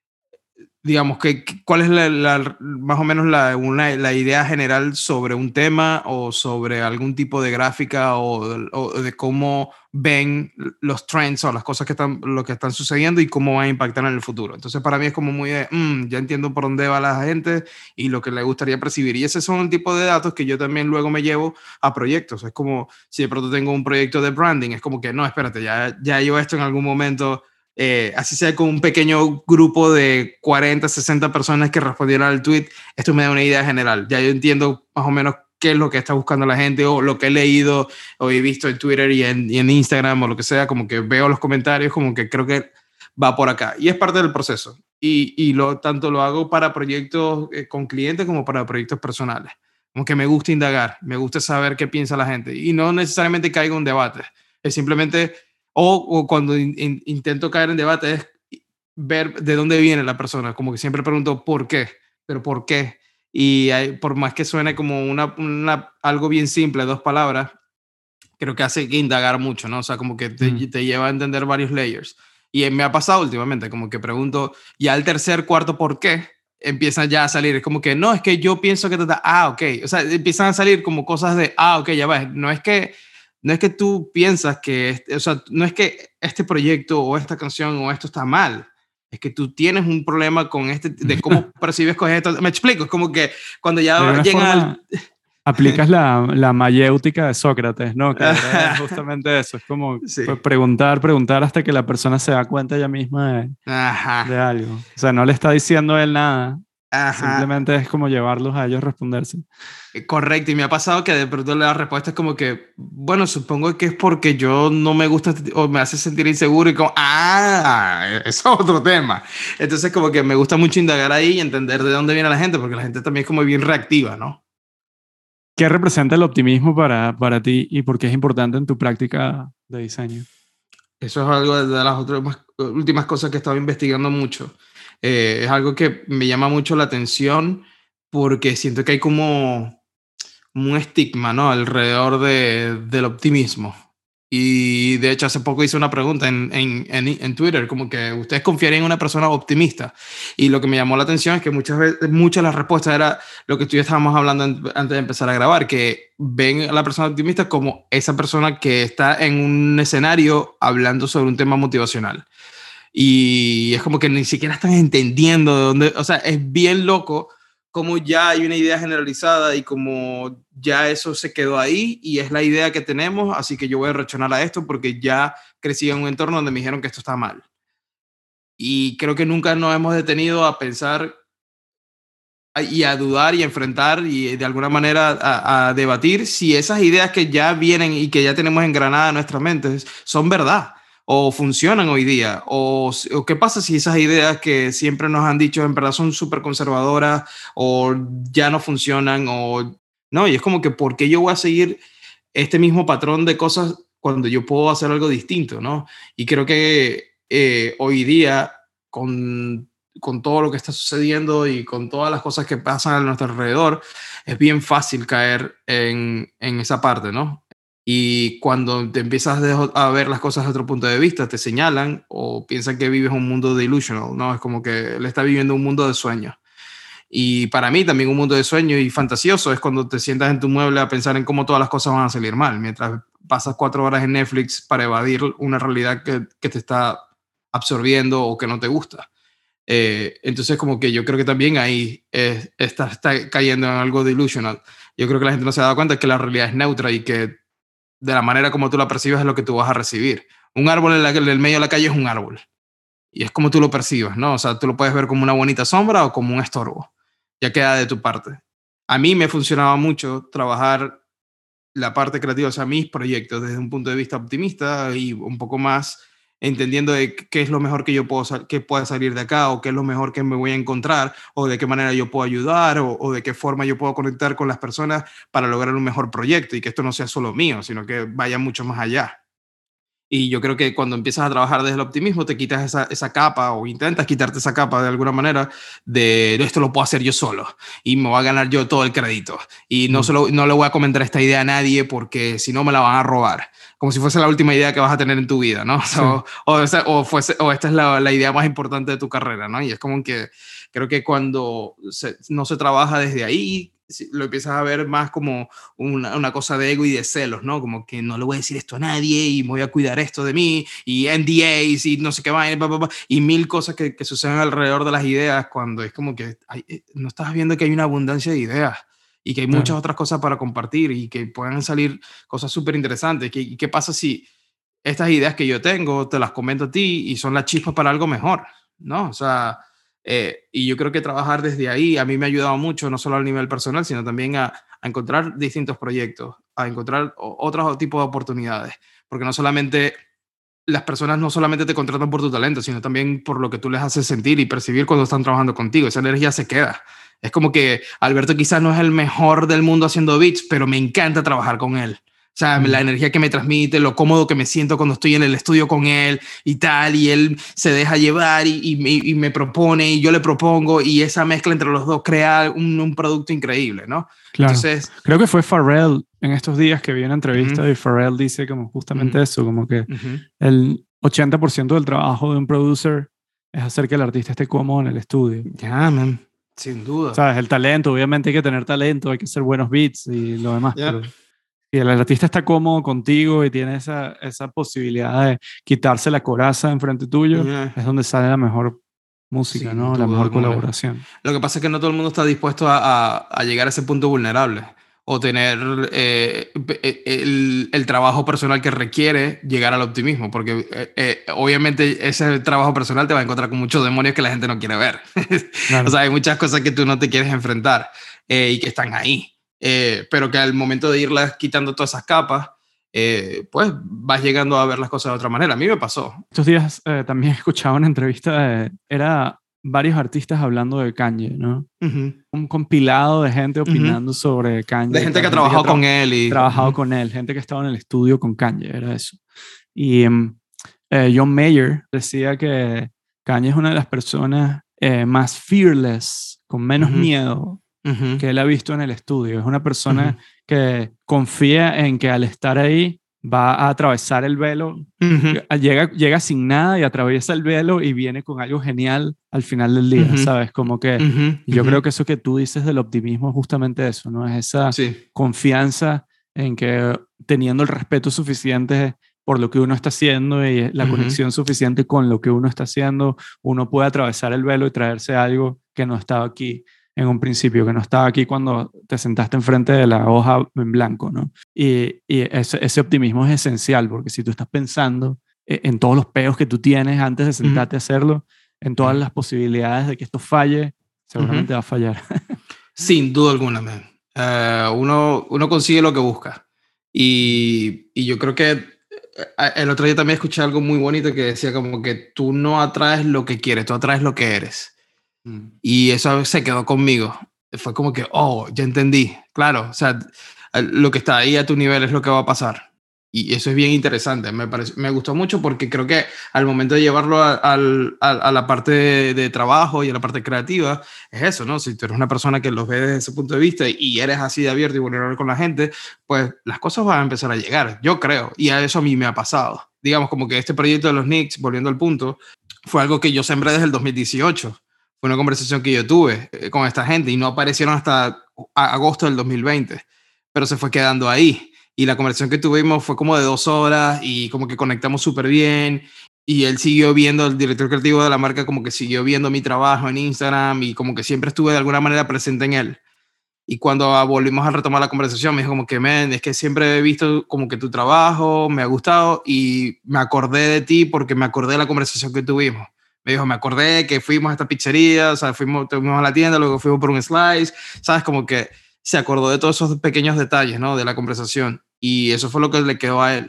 digamos, que, cuál es la, la, más o menos la, una, la idea general sobre un tema o sobre algún tipo de gráfica o, o de cómo ven los trends o las cosas que están, lo que están sucediendo y cómo va a impactar en el futuro. Entonces, para mí es como muy de, mm, ya entiendo por dónde va la gente y lo que le gustaría percibir. Y ese son un tipo de datos que yo también luego me llevo a proyectos. Es como si de pronto tengo un proyecto de branding, es como que, no, espérate, ya, ya yo esto en algún momento... Eh, así sea con un pequeño grupo de cuarenta, sesenta personas que respondieron al tweet, esto me da una idea general. Ya yo entiendo más o menos qué es lo que está buscando la gente o lo que he leído o he visto en Twitter y en, y en Instagram o lo que sea, como que veo los comentarios, como que creo que va por acá. Y es parte del proceso. Y, y lo, tanto lo hago para proyectos eh, con clientes como para proyectos personales. Como que me gusta indagar, me gusta saber qué piensa la gente. Y no necesariamente caiga en un debate, es simplemente... O, o cuando in, in, intento caer en debate es ver de dónde viene la persona. Como que siempre pregunto por qué, pero por qué. Y hay, por más que suene como una, una, algo bien simple, dos palabras, creo que hace que indagar mucho, ¿no? O sea, como que te, mm. te lleva a entender varios layers. Y me ha pasado últimamente, como que pregunto, ya el tercer, cuarto por qué, empiezan ya a salir. Es como que, no, es que yo pienso que... Te, ah, ok. O sea, empiezan a salir como cosas de, ah, ok, ya ves. No es que, no es que tú piensas que... O sea, no es que este proyecto o esta canción o esto está mal. Es que tú tienes un problema con este... De cómo percibes con esto. Me explico. Es como que cuando ya llegan al... Aplicas la, la mayéutica de Sócrates, ¿no? Que era justamente eso. Es como sí. preguntar, preguntar hasta que la persona se da cuenta ella misma de, de algo. O sea, no le está diciendo a él nada. Ajá. Simplemente es como llevarlos a ellos a responderse. Correcto. Y me ha pasado que de pronto la respuesta es como que, bueno, supongo que es porque yo no me gusta o me hace sentir inseguro y como, ah, eso es otro tema. Entonces como que me gusta mucho indagar ahí y entender de dónde viene la gente, porque la gente también es como bien reactiva, ¿no? ¿Qué representa el optimismo para, para ti y por qué es importante en tu práctica de diseño? Eso es algo de las otras últimas cosas que he estado investigando mucho. Eh, es algo que me llama mucho la atención porque siento que hay como un estigma, ¿no? Alrededor de, del optimismo. Y de hecho hace poco hice una pregunta en, en, en, en Twitter, como que ustedes confiarían en una persona optimista. Y lo que me llamó la atención es que muchas veces, muchas de las respuestas era lo que tú y yo estábamos hablando en, antes de empezar a grabar, que ven a la persona optimista como esa persona que está en un escenario hablando sobre un tema motivacional. Y es como que ni siquiera están entendiendo de dónde, o sea, es bien loco como ya hay una idea generalizada y como ya eso se quedó ahí y es la idea que tenemos, así que yo voy a reaccionar a esto porque ya crecí en un entorno donde me dijeron que esto está mal. Y creo que nunca nos hemos detenido a pensar y a dudar y a enfrentar y de alguna manera a, a debatir si esas ideas que ya vienen y que ya tenemos engranadas en nuestras mentes son verdad o funcionan hoy día, o, o qué pasa si esas ideas que siempre nos han dicho en verdad son súper conservadoras o ya no funcionan, o no, y es como que ¿por qué yo voy a seguir este mismo patrón de cosas cuando yo puedo hacer algo distinto, ¿no? Y creo que eh, hoy día con, con todo lo que está sucediendo y con todas las cosas que pasan a nuestro alrededor, es bien fácil caer en, en esa parte, ¿no? Y cuando te empiezas a ver las cosas desde otro punto de vista, te señalan o piensan que vives un mundo delusional, ¿no? Es como que él está viviendo un mundo de sueños. Y para mí también un mundo de sueños y fantasioso es cuando te sientas en tu mueble a pensar en cómo todas las cosas van a salir mal, mientras pasas cuatro horas en Netflix para evadir una realidad que, que te está absorbiendo o que no te gusta. Eh, entonces como que yo creo que también ahí eh, está, está cayendo en algo delusional. Yo creo que la gente no se ha dado cuenta que la realidad es neutra y que de la manera como tú la percibes es lo que tú vas a recibir. Un árbol en, la, en el medio de la calle es un árbol. Y es como tú lo percibes, ¿no? O sea, tú lo puedes ver como una bonita sombra o como un estorbo. Ya queda de tu parte. A mí me funcionaba mucho trabajar la parte creativa, o sea, mis proyectos desde un punto de vista optimista y un poco más entendiendo de qué es lo mejor que yo puedo, que pueda salir de acá, o qué es lo mejor que me voy a encontrar, o de qué manera yo puedo ayudar, o, o de qué forma yo puedo conectar con las personas para lograr un mejor proyecto y que esto no sea solo mío, sino que vaya mucho más allá. Y yo creo que cuando empiezas a trabajar desde el optimismo, te quitas esa, esa capa o intentas quitarte esa capa de alguna manera de esto lo puedo hacer yo solo y me voy a ganar yo todo el crédito. Y no, mm. solo, no le voy a comentar esta idea a nadie porque si no me la van a robar. Como si fuese la última idea que vas a tener en tu vida, ¿no? Sí. O, o, o, fuese, o esta es la, la idea más importante de tu carrera, ¿no? Y es como que creo que cuando se, no se trabaja desde ahí, lo empiezas a ver más como una, una cosa de ego y de celos, ¿no? Como que no le voy a decir esto a nadie y me voy a cuidar esto de mí y N D As y no sé qué va y mil cosas que, que suceden alrededor de las ideas cuando es como que hay, no estás viendo que hay una abundancia de ideas y que hay muchas claro. otras cosas para compartir y que pueden salir cosas súper interesantes. ¿Qué, ¿Qué pasa si estas ideas que yo tengo te las comento a ti y son la chispa para algo mejor, ¿no? O sea... Eh, y yo creo que trabajar desde ahí a mí me ha ayudado mucho, no solo a nivel personal, sino también a, a encontrar distintos proyectos, a encontrar otros tipos de oportunidades, porque no solamente las personas no solamente te contratan por tu talento, sino también por lo que tú les haces sentir y percibir cuando están trabajando contigo. Esa energía se queda. Es como que Alberto quizás no es el mejor del mundo haciendo beats, pero me encanta trabajar con él. O sea, mm. la energía que me transmite, lo cómodo que me siento cuando estoy en el estudio con él y tal, y él se deja llevar y, y, y me propone y yo le propongo y esa mezcla entre los dos crea un, un producto increíble, ¿no? Claro. Entonces, creo que fue Pharrell en estos días que vi una entrevista uh-huh. y Pharrell dice como justamente uh-huh. eso, como que uh-huh. el ochenta por ciento del trabajo de un producer es hacer que el artista esté cómodo en el estudio. Ya, yeah, man. Sin duda. ¿Sabes? El talento, obviamente hay que tener talento, hay que hacer buenos beats y lo demás, yeah. pero si el artista está cómodo contigo y tiene esa, esa posibilidad de quitarse la coraza enfrente tuyo, yeah. es donde sale la mejor música, Sin ¿no? Duda, la mejor colaboración. Lo que pasa es que no todo el mundo está dispuesto a, a, a llegar a ese punto vulnerable o tener eh, el, el trabajo personal que requiere llegar al optimismo, porque eh, eh, obviamente ese trabajo personal te va a encontrar con muchos demonios que la gente no quiere ver. Claro. O sea, hay muchas cosas que tú no te quieres enfrentar eh, y que están ahí, eh, pero que al momento de irlas quitando todas esas capas, eh, pues vas llegando a ver las cosas de otra manera. A mí me pasó. Estos días eh, también escuchaba una entrevista, de, era varios artistas hablando de Kanye, ¿no? Uh-huh. Un compilado de gente opinando uh-huh. sobre Kanye. De gente que ha trabajado con él. Y... Trabajado uh-huh. con él, gente que estaba en el estudio con Kanye, era eso. Y um, eh, John Mayer decía que Kanye es una de las personas eh, más fearless, con menos uh-huh. miedo uh-huh. que él ha visto en el estudio. Es una persona uh-huh. que confía en que al estar ahí va a atravesar el velo, uh-huh. llega, llega sin nada y atraviesa el velo y viene con algo genial al final del día, uh-huh. ¿sabes? Como que uh-huh. yo uh-huh. creo que eso que tú dices del optimismo es justamente eso, ¿no? Es esa sí. confianza en que teniendo el respeto suficiente por lo que uno está haciendo y la uh-huh. conexión suficiente con lo que uno está haciendo, uno puede atravesar el velo y traerse algo que no estaba aquí en un principio, que no estaba aquí cuando te sentaste enfrente de la hoja en blanco, ¿no? Y, y ese, ese optimismo es esencial, porque si tú estás pensando en todos los peos que tú tienes antes de sentarte uh-huh. a hacerlo, en todas uh-huh. las posibilidades de que esto falle, seguramente uh-huh. va a fallar. Sin duda alguna, man. Uh, uno, uno consigue lo que busca. Y, y yo creo que el otro día también escuché algo muy bonito que decía como que tú no atraes lo que quieres, tú atraes lo que eres. Y eso se quedó conmigo. Fue como que, oh, ya entendí. Claro, o sea, lo que está ahí a tu nivel es lo que va a pasar. Y eso es bien interesante. Me, parece, me gustó mucho porque creo que al momento de llevarlo a, a, a la parte de, de trabajo y a la parte creativa, es eso, ¿no? Si tú eres una persona que los ve desde ese punto de vista y eres así de abierto y vulnerable con la gente, pues las cosas van a empezar a llegar, yo creo. Y a eso a mí me ha pasado. Digamos, como que este proyecto de los Knicks, volviendo al punto, fue algo que yo sembré desde el dos mil dieciocho. Fue una conversación que yo tuve eh, con esta gente y no aparecieron hasta agosto del dos mil veinte, pero se fue quedando ahí. Y la conversación que tuvimos fue como de dos horas y como que conectamos súper bien. Y él siguió viendo, el director creativo de la marca, como que siguió viendo mi trabajo en Instagram y como que siempre estuve de alguna manera presente en él. Y cuando volvimos a retomar la conversación, me dijo como que, man, es que siempre he visto como que tu trabajo, me ha gustado y me acordé de ti porque me acordé de la conversación que tuvimos. Me dijo, me acordé que fuimos a esta pizzería, o sea, fuimos, fuimos a la tienda, luego fuimos por un slice, ¿sabes? Como que se acordó de todos esos pequeños detalles, ¿no? De la conversación. Y eso fue lo que le quedó a él.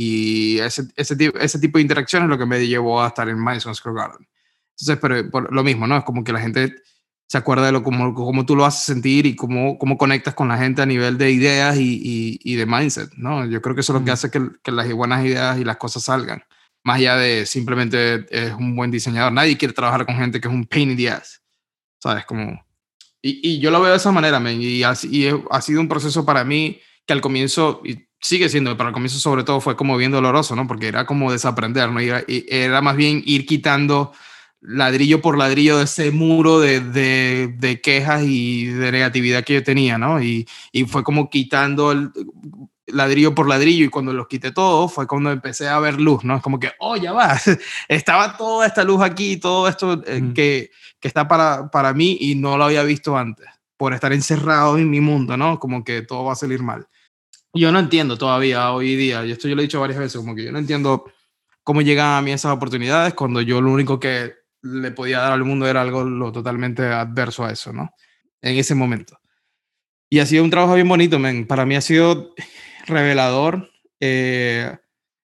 Y ese, ese, ese tipo de interacción es lo que me llevó a estar en Madison Square Garden. Entonces, pero por lo mismo, ¿no? Es como que la gente se acuerda de lo cómo, cómo tú lo haces sentir y cómo, cómo conectas con la gente a nivel de ideas y, y, y de mindset, ¿no? Yo creo que eso es lo que hace que, que las buenas ideas y las cosas salgan. Más allá de simplemente es un buen diseñador. Nadie quiere trabajar con gente que es un pain in the ass. ¿Sabes? Como... Y, y yo lo veo de esa manera, man. Y, así, y ha sido un proceso para mí que al comienzo, y sigue siendo, pero al comienzo sobre todo fue como bien doloroso, ¿no? Porque era como desaprender, ¿no? Y era, y era más bien ir quitando ladrillo por ladrillo de ese muro de, de, de quejas y de negatividad que yo tenía, ¿no? Y, y fue como quitando el... ladrillo por ladrillo, y cuando los quité todos fue cuando empecé a ver luz, ¿no? Es como que, oh, ya va, estaba toda esta luz aquí, todo esto eh, mm. que, que está para, para mí y no lo había visto antes, por estar encerrado en mi mundo, ¿no? Como que todo va a salir mal. Yo no entiendo todavía hoy día, y esto yo lo he dicho varias veces, como que yo no entiendo cómo llegan a mí esas oportunidades cuando yo lo único que le podía dar al mundo era algo lo totalmente adverso a eso, ¿no? En ese momento. Y ha sido un trabajo bien bonito, man. Para mí ha sido revelador eh,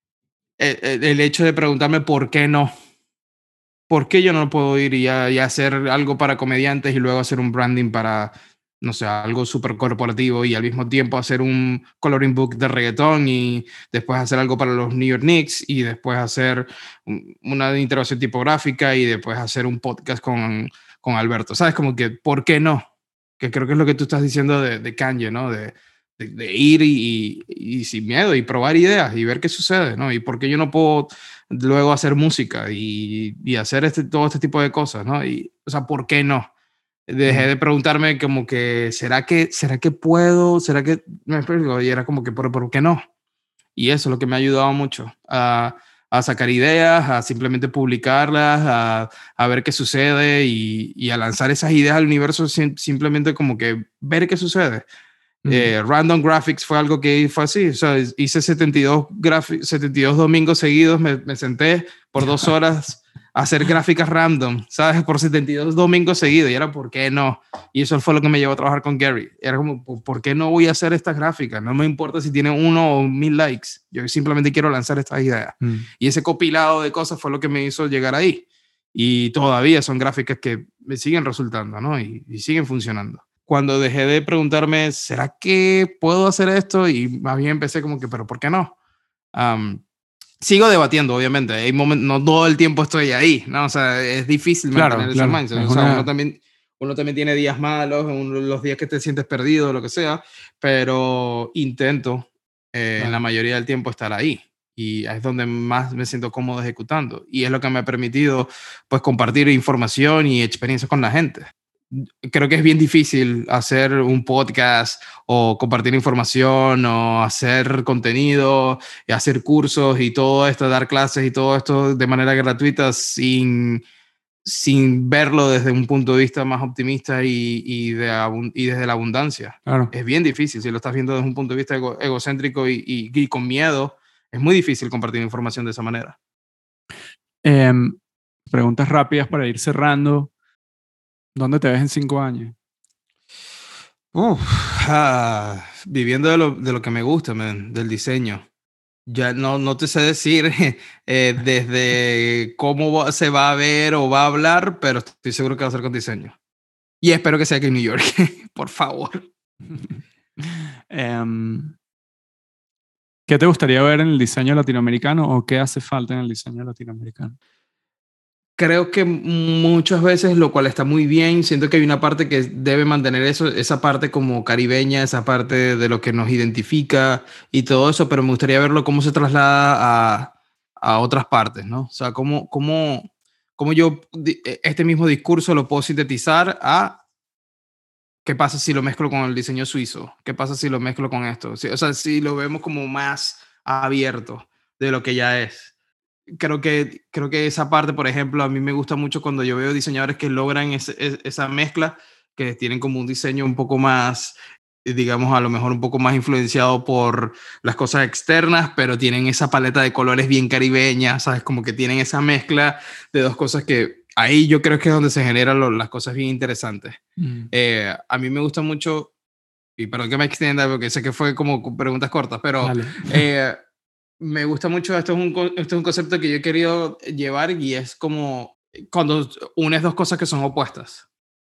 el, el hecho de preguntarme por qué no. ¿Por qué yo no puedo ir y, a, y hacer algo para comediantes y luego hacer un branding para no sé, algo súper corporativo y al mismo tiempo hacer un coloring book de reggaetón y después hacer algo para los New York Knicks y después hacer un, una interacción tipográfica y después hacer un podcast con, con Alberto. ¿Sabes? Como que, ¿por qué no? Que creo que es lo que tú estás diciendo de, de Kanye, ¿no? De, de, de ir y, y, y sin miedo y probar ideas y ver qué sucede, ¿no? Y por qué yo no puedo luego hacer música y, y hacer este, todo este tipo de cosas, ¿no? Y, o sea, ¿por qué no? Dejé de preguntarme como que, ¿será que, ¿será que puedo? ¿Será que me explico? Y era como que, ¿por, ¿por qué no? Y eso es lo que me ha ayudado mucho a, a sacar ideas, a simplemente publicarlas, a, a ver qué sucede y, y a lanzar esas ideas al universo sim, simplemente como que ver qué sucede. Mm. Eh, Random Graphics fue algo que fue así, o sea, hice setenta y dos, setenta y dos domingos seguidos, me, me senté por dos horas a hacer gráficas random, ¿sabes? Por setenta y dos domingos seguidos, y era ¿por qué no? Y eso fue lo que me llevó a trabajar con Gary. Era como, ¿por qué no voy a hacer estas gráficas? No me importa si tiene uno o mil likes, yo simplemente quiero lanzar estas ideas. Mm. Y ese compilado de cosas fue lo que me hizo llegar ahí. Y todavía son gráficas que me siguen resultando, ¿no? Y, y siguen funcionando. Cuando dejé de preguntarme, ¿será que puedo hacer esto? Y más bien empecé como que, ¿pero por qué no? Um, sigo debatiendo, obviamente. Hay momentos, no todo el tiempo estoy ahí, ¿no? O sea, es difícil claro, mantener claro. ese mindset. Es o sea, una... uno también, uno también tiene días malos, uno, los días que te sientes perdido, lo que sea, pero intento eh, claro. en la mayoría del tiempo estar ahí. Y es donde más me siento cómodo ejecutando. Y es lo que me ha permitido, pues, compartir información y experiencias con la gente. Creo que es bien difícil hacer un podcast o compartir información o hacer contenido y hacer cursos y todo esto, dar clases y todo esto de manera gratuita sin, sin verlo desde un punto de vista más optimista y, y, de, y desde la abundancia. Claro. Es bien difícil. Si lo estás viendo desde un punto de vista ego, egocéntrico y, y, y con miedo, es muy difícil compartir información de esa manera. Eh, preguntas rápidas para ir cerrando. ¿Dónde te ves en cinco años? Uf, ah, viviendo de lo, de lo que me gusta, man, del diseño. Ya no, no te sé decir eh, desde cómo se va a ver o va a hablar, pero estoy seguro que va a ser con diseño. Y espero que sea aquí en New York, por favor. um, ¿Qué te gustaría ver en el diseño latinoamericano o qué hace falta en el diseño latinoamericano? Creo que muchas veces, lo cual está muy bien, siento que hay una parte que debe mantener eso, esa parte como caribeña, esa parte de lo que nos identifica y todo eso, pero me gustaría verlo cómo se traslada a, a otras partes, ¿no? O sea, cómo, cómo, cómo yo este mismo discurso lo puedo sintetizar a qué pasa si lo mezclo con el diseño suizo, qué pasa si lo mezclo con esto, o sea, si lo vemos como más abierto de lo que ya es. Creo que, creo que esa parte, por ejemplo, a mí me gusta mucho cuando yo veo diseñadores que logran ese, esa mezcla, que tienen como un diseño un poco más, digamos, a lo mejor un poco más influenciado por las cosas externas, pero tienen esa paleta de colores bien caribeña, ¿sabes? Como que tienen esa mezcla de dos cosas que ahí yo creo que es donde se generan lo, las cosas bien interesantes. Mm. Eh, a mí me gusta mucho, y perdón que me extienda porque sé que fue como preguntas cortas, pero... Eh, me gusta mucho, esto es, un, esto es un concepto que yo he querido llevar y es como cuando unes dos cosas que son opuestas.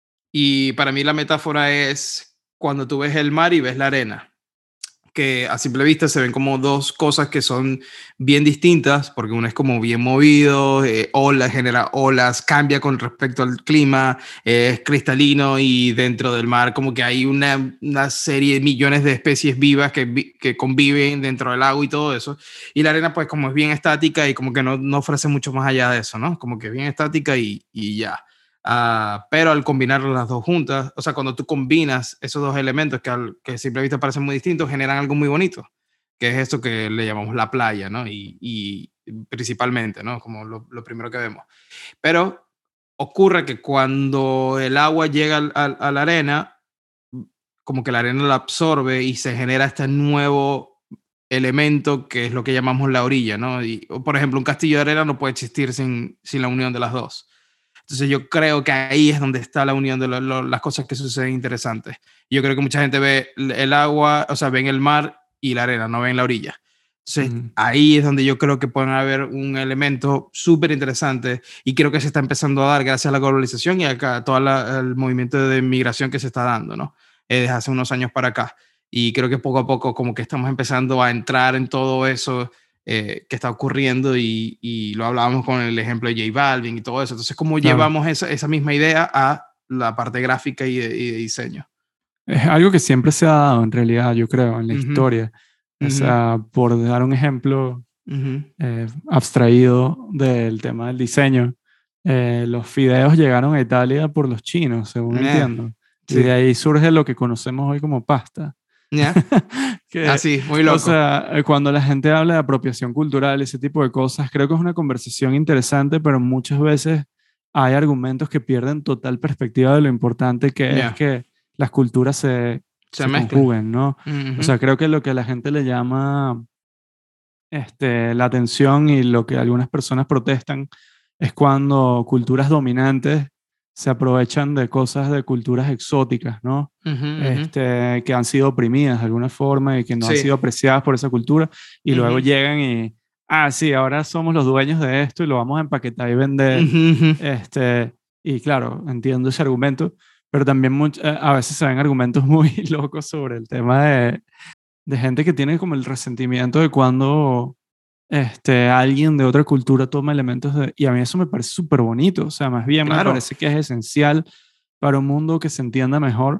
Y para mí la metáfora es cuando tú ves el mar y ves la arena, que a simple vista se ven como dos cosas que son bien distintas, porque uno es como bien movido, eh, olas, genera olas, cambia con respecto al clima, eh, es cristalino y dentro del mar como que hay una, una serie de millones de especies vivas que, que conviven dentro del agua y todo eso. Y la arena pues como es bien estática y como que no, no ofrece mucho más allá de eso, ¿no? Como que es bien estática y, y ya. Uh, pero al combinar las dos juntas, o sea, cuando tú combinas esos dos elementos que, al, que a simple vista parecen muy distintos, generan algo muy bonito, que es esto que le llamamos la playa, ¿no? Y, y principalmente, ¿no? Como lo, lo primero que vemos. Pero ocurre que cuando el agua llega al, al, a la arena, como que la arena la absorbe y se genera este nuevo elemento que es lo que llamamos la orilla, ¿no? Y, por ejemplo, un castillo de arena no puede existir sin, sin la unión de las dos. Entonces yo creo que ahí es donde está la unión de lo, lo, las cosas que suceden interesantes. Yo creo que mucha gente ve el agua, o sea, ven el mar y la arena, no ven la orilla. Entonces mm. ahí es donde yo creo que pueden haber un elemento súper interesante y creo que se está empezando a dar gracias a la globalización y a todo la, el movimiento de migración que se está dando, ¿no? eh, desde hace unos años para acá. Y creo que poco a poco como que estamos empezando a entrar en todo eso eh, que está ocurriendo y, y lo hablábamos con el ejemplo de J Balvin y todo eso. Entonces, ¿cómo claro. llevamos esa, esa misma idea a la parte gráfica y de, y de diseño? Es algo que siempre se ha dado en realidad, yo creo, en la uh-huh. historia. O sea, uh-huh. por dar un ejemplo uh-huh. eh, abstraído del tema del diseño, eh, los fideos llegaron a Italia por los chinos, según yeah. entiendo. Sí. Y de ahí surge lo que conocemos hoy como pasta. Yeah. que, Así, muy loco. O sea, cuando la gente habla de apropiación cultural, ese tipo de cosas, creo que es una conversación interesante, pero muchas veces hay argumentos que pierden total perspectiva de lo importante que yeah. es que las culturas se, se, se conjuguen, ¿no? Uh-huh. O sea, creo que lo que a la gente le llama este, la atención y lo que algunas personas protestan es cuando culturas dominantes se aprovechan de cosas de culturas exóticas, ¿no? Uh-huh, este, uh-huh. que han sido oprimidas de alguna forma y que no sí. han sido apreciadas por esa cultura y uh-huh. luego llegan y, ah, sí, ahora somos los dueños de esto y lo vamos a empaquetar y vender. Uh-huh. Este, y claro, entiendo ese argumento, pero también much- a veces se ven argumentos muy locos sobre el tema de, de gente que tiene como el resentimiento de cuando este, alguien de otra cultura toma elementos de... Y a mí eso me parece súper bonito, o sea, más bien claro. me parece que es esencial para un mundo que se entienda mejor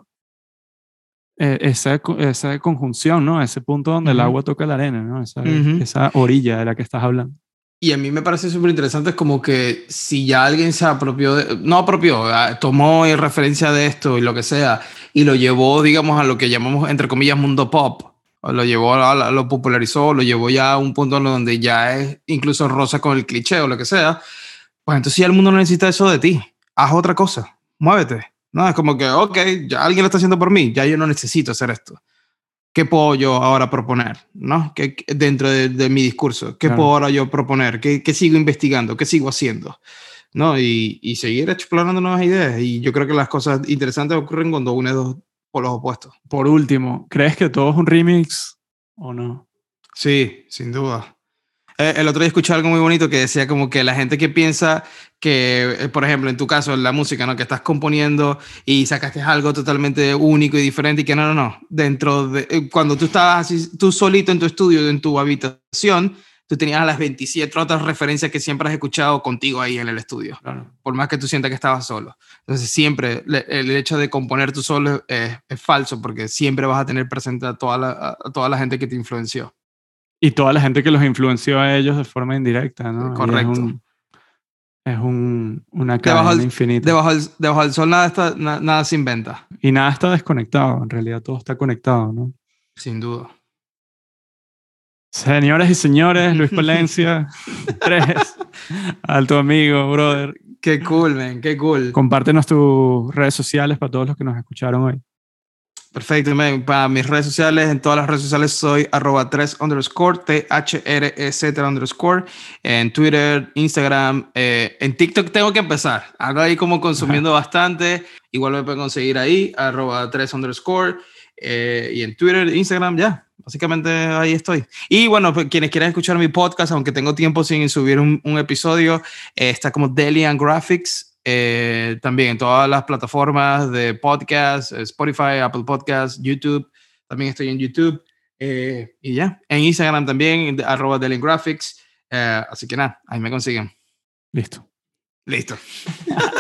eh, esa, esa conjunción, ¿no? Ese punto donde uh-huh. el agua toca la arena, ¿no? Esa, uh-huh. esa orilla de la que estás hablando. Y a mí me parece súper interesante, es como que si ya alguien se apropió, de, no apropió, tomó referencia de esto y lo que sea, y lo llevó, digamos, a lo que llamamos, entre comillas, mundo pop, o lo llevó, a, lo popularizó, lo llevó ya a un punto donde ya es incluso rosa con el cliché o lo que sea, pues entonces ya el mundo no necesita eso de ti. Haz otra cosa, muévete. No, es como que, ok, ya alguien lo está haciendo por mí, ya yo no necesito hacer esto. ¿Qué puedo yo ahora proponer? ¿No? ¿Qué, dentro de, de mi discurso, ¿qué claro. puedo ahora yo proponer? ¿Qué, qué sigo investigando? ¿Qué sigo haciendo? ¿No? Y, y seguir explorando nuevas ideas. Y yo creo que las cosas interesantes ocurren cuando unes dos polos opuestos. Por último, ¿crees que todo es un remix o no? Sí, sin duda. Eh, el otro día escuché algo muy bonito que decía como que la gente que piensa que, eh, por ejemplo, en tu caso, en la música, ¿no? Que estás componiendo y sacaste algo totalmente único y diferente y que no, no, no. Dentro de, eh, cuando tú estabas así, tú solito en tu estudio, en tu habitación, tú tenías las veintisiete otras referencias que siempre has escuchado contigo ahí en el estudio. Claro. Por más que tú sientas que estabas solo. Entonces siempre le, el hecho de componer tú solo es, es falso porque siempre vas a tener presente a toda la, a toda la gente que te influenció. Y toda la gente que los influenció a ellos de forma indirecta, ¿no? Correcto. Es, un, es un, una cadena debajo infinita. Debajo del, debajo del sol nada, está, na, nada se inventa. Y nada está desconectado, en realidad todo está conectado, ¿no? Sin duda. Señoras y señores, Luis Palencia, tres, alto amigo, brother. Qué cool, man, qué cool. Compártenos tus redes sociales para todos los que nos escucharon hoy. Perfecto, man. Para mis redes sociales, en todas las redes sociales soy arroba tres underscore, T H R E Z underscore. En Twitter, Instagram, eh, en TikTok tengo que empezar. Ando ahí como consumiendo Ajá. bastante. Igual me pueden conseguir ahí, arroba tres underscore. Eh, y en Twitter, Instagram, ya. Básicamente ahí estoy. Y bueno, pues, quienes quieran escuchar mi podcast, aunque tengo tiempo sin subir un, un episodio, eh, está como Daily and Graphics. Eh, también en todas las plataformas de podcast, Spotify, Apple Podcasts, YouTube. También estoy en YouTube. Eh, y ya, en Instagram también, arroba Daily and Graphics. Eh, así que nada, ahí me consiguen. Listo. Listo.